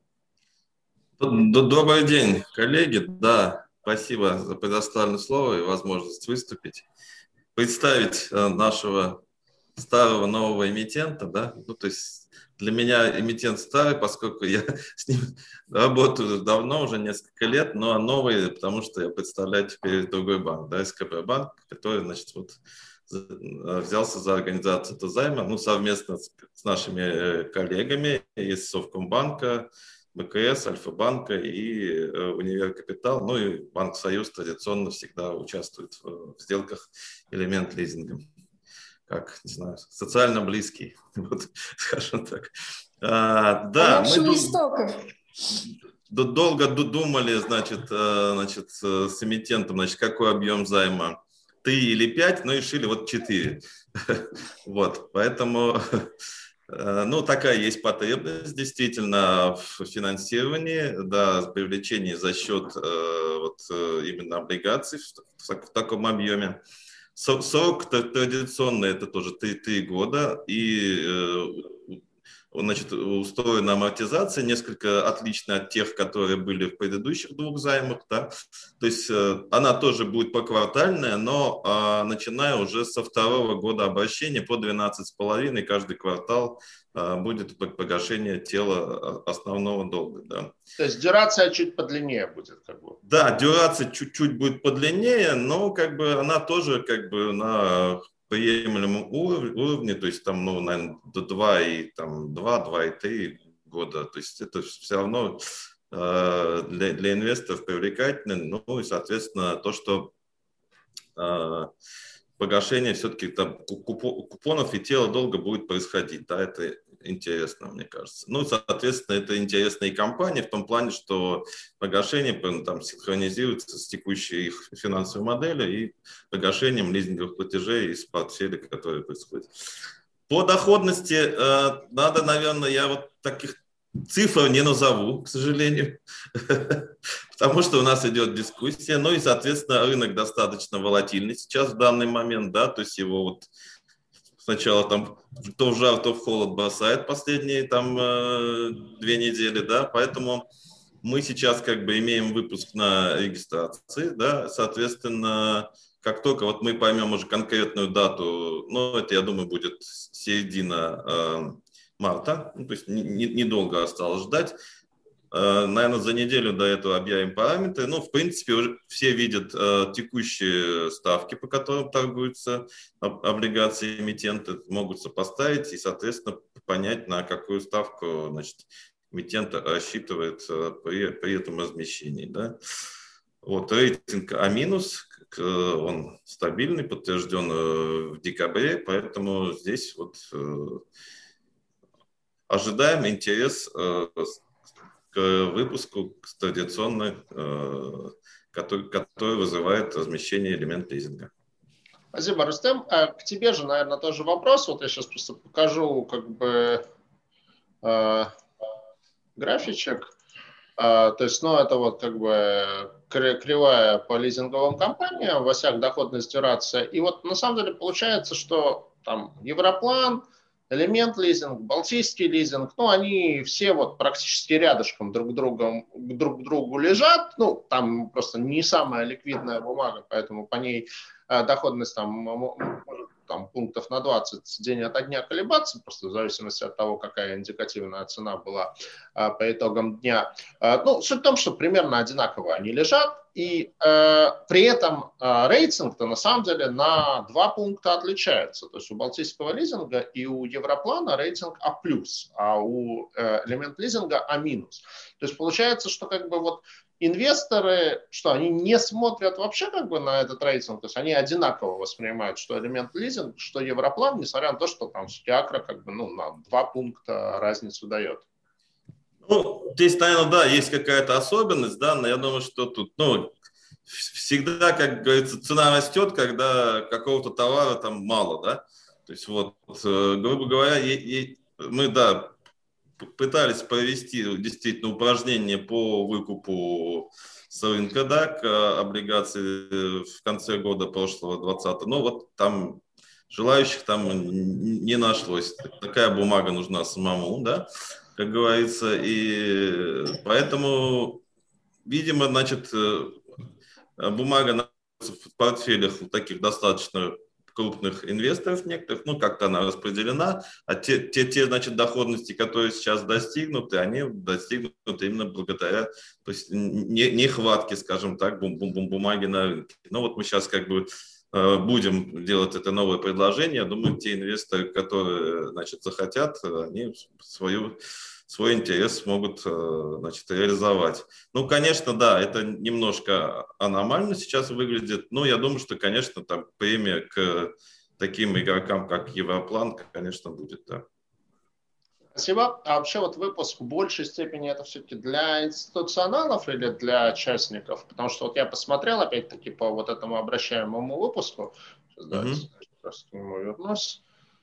Добрый день, коллеги. Да, спасибо за предоставленное слово и возможность выступить. Представить нашего старого нового эмитента, да, ну, то есть для меня эмитент старый, поскольку я с ним работаю давно, уже несколько лет, но новый, потому что я представляю теперь другой банк, да, СКБ банк, который, значит, вот взялся за организацию этого займа, ну, совместно с, с нашими коллегами из Совкомбанка, БКС, Альфа-банка и э, Универ Капитал, ну и Банк Союз традиционно всегда участвует в, в сделках элемент лизинга, как, не знаю, социально близкий, вот, скажем так. А, да, мы дол- долго думали, значит, э, значит, с эмитентом, значит, какой объем займа, три или пять, но решили вот четыре. Вот, поэтому... Ну, такая есть потребность действительно в финансировании, да, в привлечении за счет э, вот, именно облигаций в, в таком объеме. Срок традиционный это тоже три года, и э, значит, устроена амортизация несколько отличная от тех, которые были в предыдущих двух займах. Да? То есть э, она тоже будет поквартальная, но э, начиная уже со второго года обращения по двенадцать с половиной каждый квартал э, будет погашение тела основного долга. Да. То есть дюрация чуть подлиннее будет? Как бы. Да, дюрация чуть-чуть будет подлиннее, но как бы она тоже как бы на приемлемом уровне, то есть там, ну, наверное, до два и три года, то есть это все равно э, для, для инвесторов привлекательно, ну и, соответственно, то, что э, погашение все-таки там купонов и тела долга будет происходить, да, это интересно, мне кажется. Ну, соответственно, это интересно и компании в том плане, что погашение там синхронизируется с текущей их финансовой моделью и погашением лизинговых платежей из портфеля, которые происходят. По доходности э, надо, наверное, я вот таких цифр не назову, к сожалению, потому что у нас идет дискуссия, ну и, соответственно, рынок достаточно волатильный сейчас в данный момент, да, то есть его вот сначала там то в жар, то в холод бросает последние там э, две недели, да, поэтому мы сейчас как бы имеем выпуск на регистрации, да, соответственно, как только вот мы поймем уже конкретную дату, ну, это, я думаю, будет середина э, марта, ну, то есть недолго не, не осталось ждать. Э, наверное, за неделю до этого объявим параметры. Ну, в принципе, уже все видят э, текущие ставки, по которым торгуются облигации эмитента, могут сопоставить и, соответственно, понять, на какую ставку, значит, эмитент рассчитывает э, при, при этом размещении, да. Вот рейтинг А-, он стабильный, подтвержден в декабре, поэтому здесь вот ожидаем интерес к выпуску традиционный, который, который вызывает размещение элемент лизинга. Спасибо, Рустем. А к тебе же, наверное, тоже вопрос. Вот я сейчас просто покажу как бы э, графичек. Э, то есть, ну, это вот как бы кривая по лизинговым компаниям, в осях доходность, дюрация. И вот на самом деле получается, что там Европлан, Элемент лизинг, Балтийский лизинг, ну, они все вот практически рядышком друг, другом, друг к другу лежат. Ну, там просто не самая ликвидная бумага, поэтому по ней э, доходность там может там, пунктов на двадцать день ото дня колебаться, просто в зависимости от того, какая индикативная цена была э, по итогам дня. Э, ну, суть в том, что примерно одинаково они лежат, и э, при этом э, рейтинг-то на самом деле на два пункта отличается. То есть у Балтийского лизинга и у Европлана рейтинг А+, а у э, элемент лизинга А-. То есть получается, что как бы вот инвесторы, что они не смотрят вообще как бы на этот рейтинг, то есть они одинаково воспринимают, что элемент лизинг, что Европлан, несмотря на то, что там Сутиакра как бы ну, на два пункта разницу дает. Ну, здесь, наверное, да, есть какая-то особенность, да, но я думаю, что тут, ну, всегда, как говорится, цена растет, когда какого-то товара там мало, да. То есть вот, грубо говоря, мы, да, пытались провести действительно упражнение по выкупу с рынка, да, облигаций в конце года прошлого, двадцатого, но вот там желающих там не нашлось. Такая бумага нужна самому, да, как говорится, и поэтому, видимо, значит, бумага находится в портфелях таких достаточно крупных инвесторов некоторых, ну, как-то она распределена, а те, те, те, значит, доходности, которые сейчас достигнуты, они достигнуты именно благодаря, то есть, нехватке, скажем так, бум, бум, бум, бумаги на рынке. Ну, вот мы сейчас как бы будем делать это новое предложение. Я думаю, те инвесторы, которые, значит, захотят, они свою, свой интерес смогут, значит, реализовать. Ну, конечно, да, это немножко аномально сейчас выглядит, но я думаю, что, конечно, там премия к таким игрокам, как Европлан, конечно, будет, да. Спасибо. А вообще вот выпуск в большей степени это все-таки для институционалов или для частников? Потому что вот я посмотрел опять-таки по вот этому обращаемому выпуску. Сейчас, давайте, mm-hmm. просто к нему вернусь.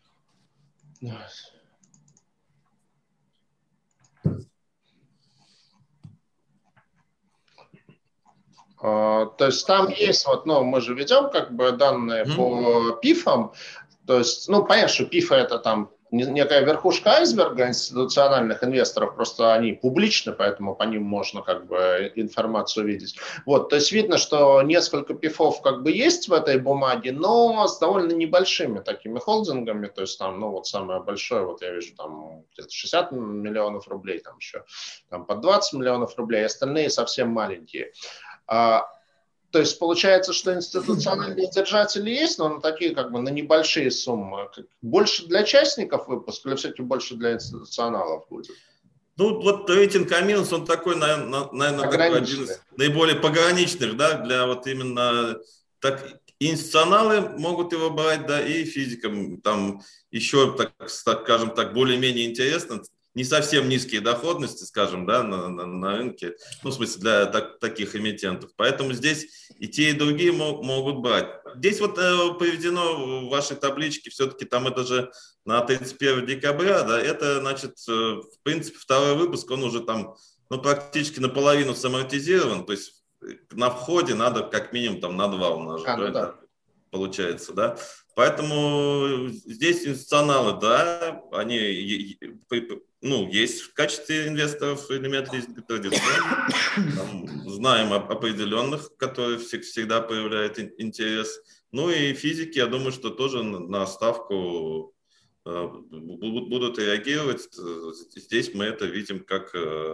Uh, то есть там есть, вот, ну, мы же ведем как бы данные mm-hmm. по пифам, то есть, ну, понятно, что пифы это там некая верхушка айсберга институциональных инвесторов, просто они публичны, поэтому по ним можно как бы информацию видеть. Вот, то есть видно, что несколько пифов как бы есть в этой бумаге, но с довольно небольшими такими холдингами, то есть там, ну вот самое большое, вот я вижу там где-то шестьдесят миллионов рублей, там еще там под двадцать миллионов рублей, остальные совсем маленькие. А, то есть получается, что институциональные держатели есть, но на такие как бы на небольшие суммы. Больше для частников выпуск или все-таки больше для институционалов будет? Ну, вот рейтинг А-, он такой, наверное, такой один из наиболее пограничных, да, для вот именно так, институционалы могут его брать, да, и физикам там еще, так скажем так, более-менее интересно. Не совсем низкие доходности, скажем, да, на, на, на рынке, ну, в смысле, для так, таких эмитентов. Поэтому здесь и те, и другие мог, могут брать. Здесь вот э, приведено в вашей табличке, все-таки там это же на тридцать первое декабря, да, это, значит, э, в принципе, второй выпуск, он уже там, ну, практически наполовину самортизирован, то есть на входе надо как минимум там на два умножить, а, ну, да. Получается, да. Поэтому здесь институционалы, да, они, ну, есть в качестве инвесторов элемент лизинга традиционно. Там, знаем об определенных, которые всегда проявляют интерес. Ну и физики, я думаю, что тоже на ставку будут реагировать. Здесь мы это видим, как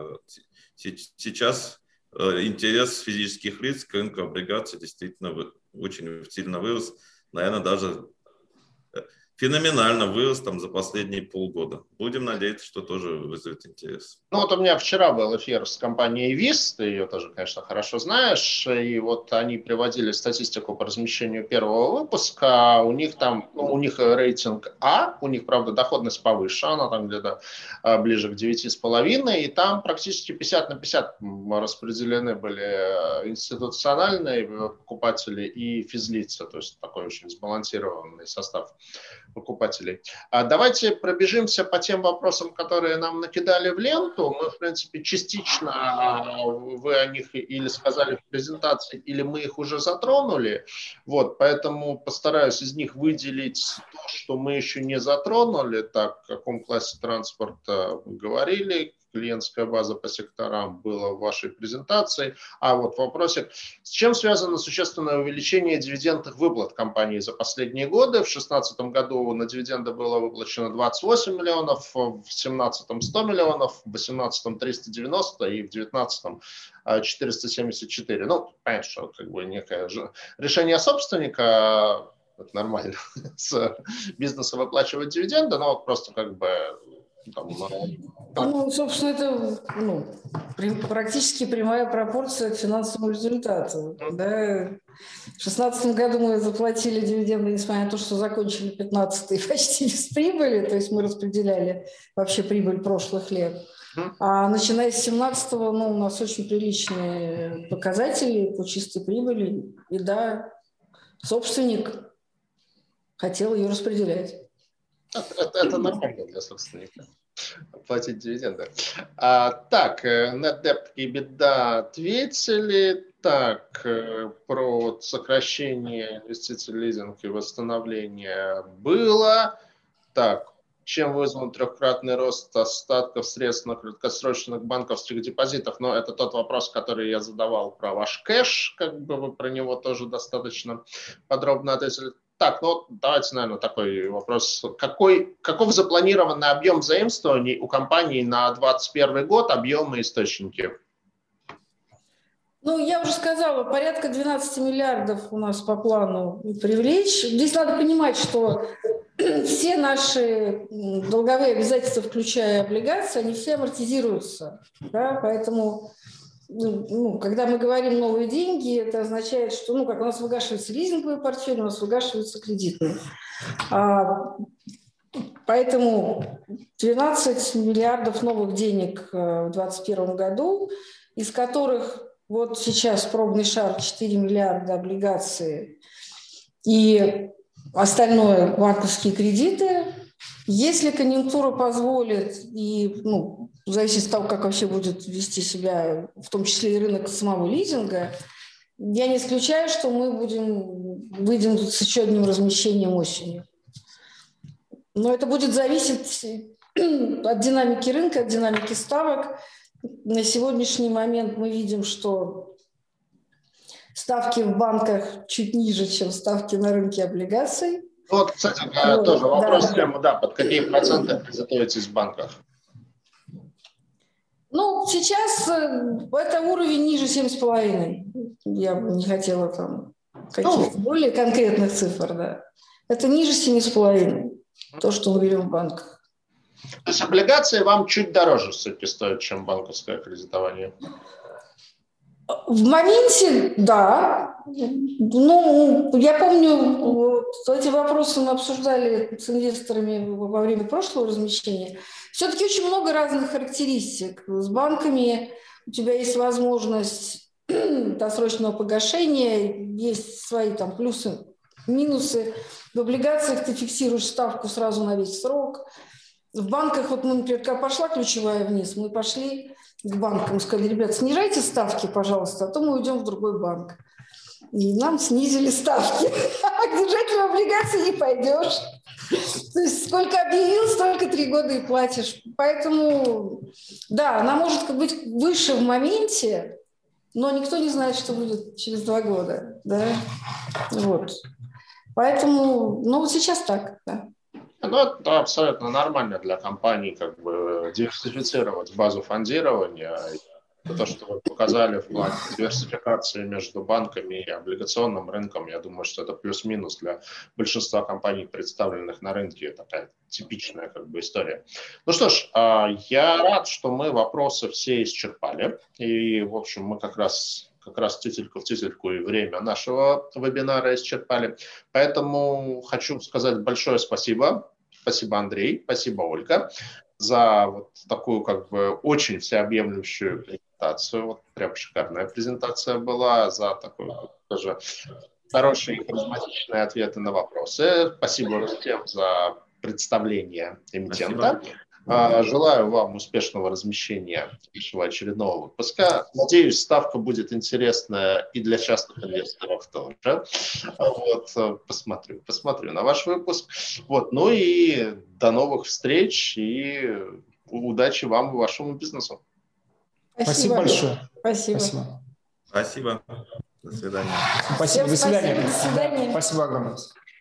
сейчас интерес физических лиц к рынку облигаций действительно очень сильно вырос. Наверное, даже феноменально вырос там за последние полгода. Будем надеяться, что тоже вызовет интерес. Ну вот у меня вчера был эфир с компанией ВИС, ты ее тоже, конечно, хорошо знаешь, и вот они приводили статистику по размещению первого выпуска, у них там, ну, у них рейтинг А, у них, правда, доходность повыше, она там где-то ближе к девяти с половиной, и там практически пятьдесят на пятьдесят распределены были институциональные покупатели и физлица, то есть такой очень сбалансированный состав покупателей. А давайте пробежимся по тем вопросам, которые нам накидали в ленту. Мы, в принципе, частично вы о них или сказали в презентации, или мы их уже затронули. Вот, поэтому постараюсь из них выделить то, что мы еще не затронули. Так, в каком классе транспорта мы говорили, клиентская база по секторам была в вашей презентации. А вот вопросик, с чем связано существенное увеличение дивидендных выплат компании за последние годы? В две тысячи шестнадцатом году на дивиденды было выплачено двадцать восемь миллионов, в две тысячи семнадцатом сто миллионов, в две тысячи восемнадцатом триста девяносто и в две тысячи девятнадцатом четыреста семьдесят четыре. Ну, понятно, что как бы некое же решение собственника, это нормально, с бизнеса выплачивать дивиденды, но вот просто как бы там, ну, собственно, это ну, практически прямая пропорция к финансовому результату. Да? В две тысячи шестнадцатом году мы заплатили дивиденды, несмотря на то, что закончили пятнадцатый почти без прибыли, то есть мы распределяли вообще прибыль прошлых лет. А начиная с две тысячи семнадцатого ну, у нас очень приличные показатели по чистой прибыли. И да, собственник хотел ее распределять. Это, это, это нормально для собственника. Платить дивиденды. А, так, net debt и EBITDA ответили. Так, про сокращение инвестиций, лизинг и восстановление было. Так, чем вызван трехкратный рост остатков средств на краткосрочных банковских депозитах? Но это тот вопрос, который я задавал про ваш кэш, как бы вы про него тоже достаточно подробно ответили. Так, ну давайте, наверное, такой вопрос. Какой, каков запланированный объем заимствований у компании на двадцать первый год, объемы и источники? Ну, я уже сказала, порядка двенадцати миллиардов у нас по плану привлечь. Здесь надо понимать, что все наши долговые обязательства, включая облигации, они все амортизируются. Да? Поэтому, ну, когда мы говорим новые деньги, это означает, что ну, как у нас выгашивается лизинговый портфель, у нас выгашивается кредитный. А, поэтому двенадцать миллиардов новых денег в двадцать первом году, из которых вот сейчас пробный шар четыре миллиарда облигаций и остальное банковские кредиты. Если конъюнктура позволит, и ну, зависит от того, как вообще будет вести себя, в том числе и рынок самого лизинга, я не исключаю, что мы будем, выйдем с еще одним размещением осенью. Но это будет зависеть от динамики рынка, от динамики ставок. На сегодняшний момент мы видим, что ставки в банках чуть ниже, чем ставки на рынке облигаций. Вот, кстати, вот, тоже вопрос, да. Тема, да, под какие проценты готовитесь в банках? Ну, сейчас это уровень ниже семь с половиной. Я бы не хотела там каких-то ну, более конкретных цифр, да. Это ниже семи с половиной, то, что мы берем в банках. То есть облигации вам чуть дороже все-таки стоят, чем банковское кредитование? В моменте, да. Ну, я помню, вот, эти вопросы мы обсуждали с инвесторами во время прошлого размещения. Все-таки очень много разных характеристик. С банками у тебя есть возможность досрочного погашения, есть свои там плюсы, минусы. В облигациях ты фиксируешь ставку сразу на весь срок. В банках, вот мы, например, когда пошла ключевая вниз, мы пошли к банкам, сказали, ребят, снижайте ставки, пожалуйста, а то мы уйдем в другой банк. И нам снизили ставки. А к держателю облигаций не пойдешь. То есть сколько объявил, столько три года и платишь. Поэтому, да, она может быть выше в моменте, но никто не знает, что будет через два года. Да? Вот. Поэтому, ну вот сейчас так, да. Ну, это абсолютно нормально для компаний, как бы диверсифицировать базу фондирования. То, что вы показали в плане диверсификации между банками и облигационным рынком, я думаю, что это плюс-минус для большинства компаний, представленных на рынке. Такая типичная как бы история. Ну что ж, я рад, что мы вопросы все исчерпали. И, в общем, мы как раз... как раз тютельку в тютельку и время нашего вебинара исчерпали. Поэтому хочу сказать большое спасибо. Спасибо, Андрей, спасибо, Ольга, за вот такую как бы очень всеобъемлющую презентацию. Вот прям шикарная презентация была, за такой тоже хорошие и харизматичные ответы на вопросы. Спасибо всем за представление эмитента. Спасибо. Желаю вам успешного размещения нашего очередного выпуска. Надеюсь, ставка будет интересная и для частных инвесторов тоже. Вот, посмотрю, посмотрю на ваш выпуск. Вот, ну и до новых встреч и удачи вам и вашему бизнесу. Спасибо, Спасибо большое. Спасибо. Спасибо. До свидания. Спасибо. До свидания. Спасибо. До свидания. Спасибо огромное.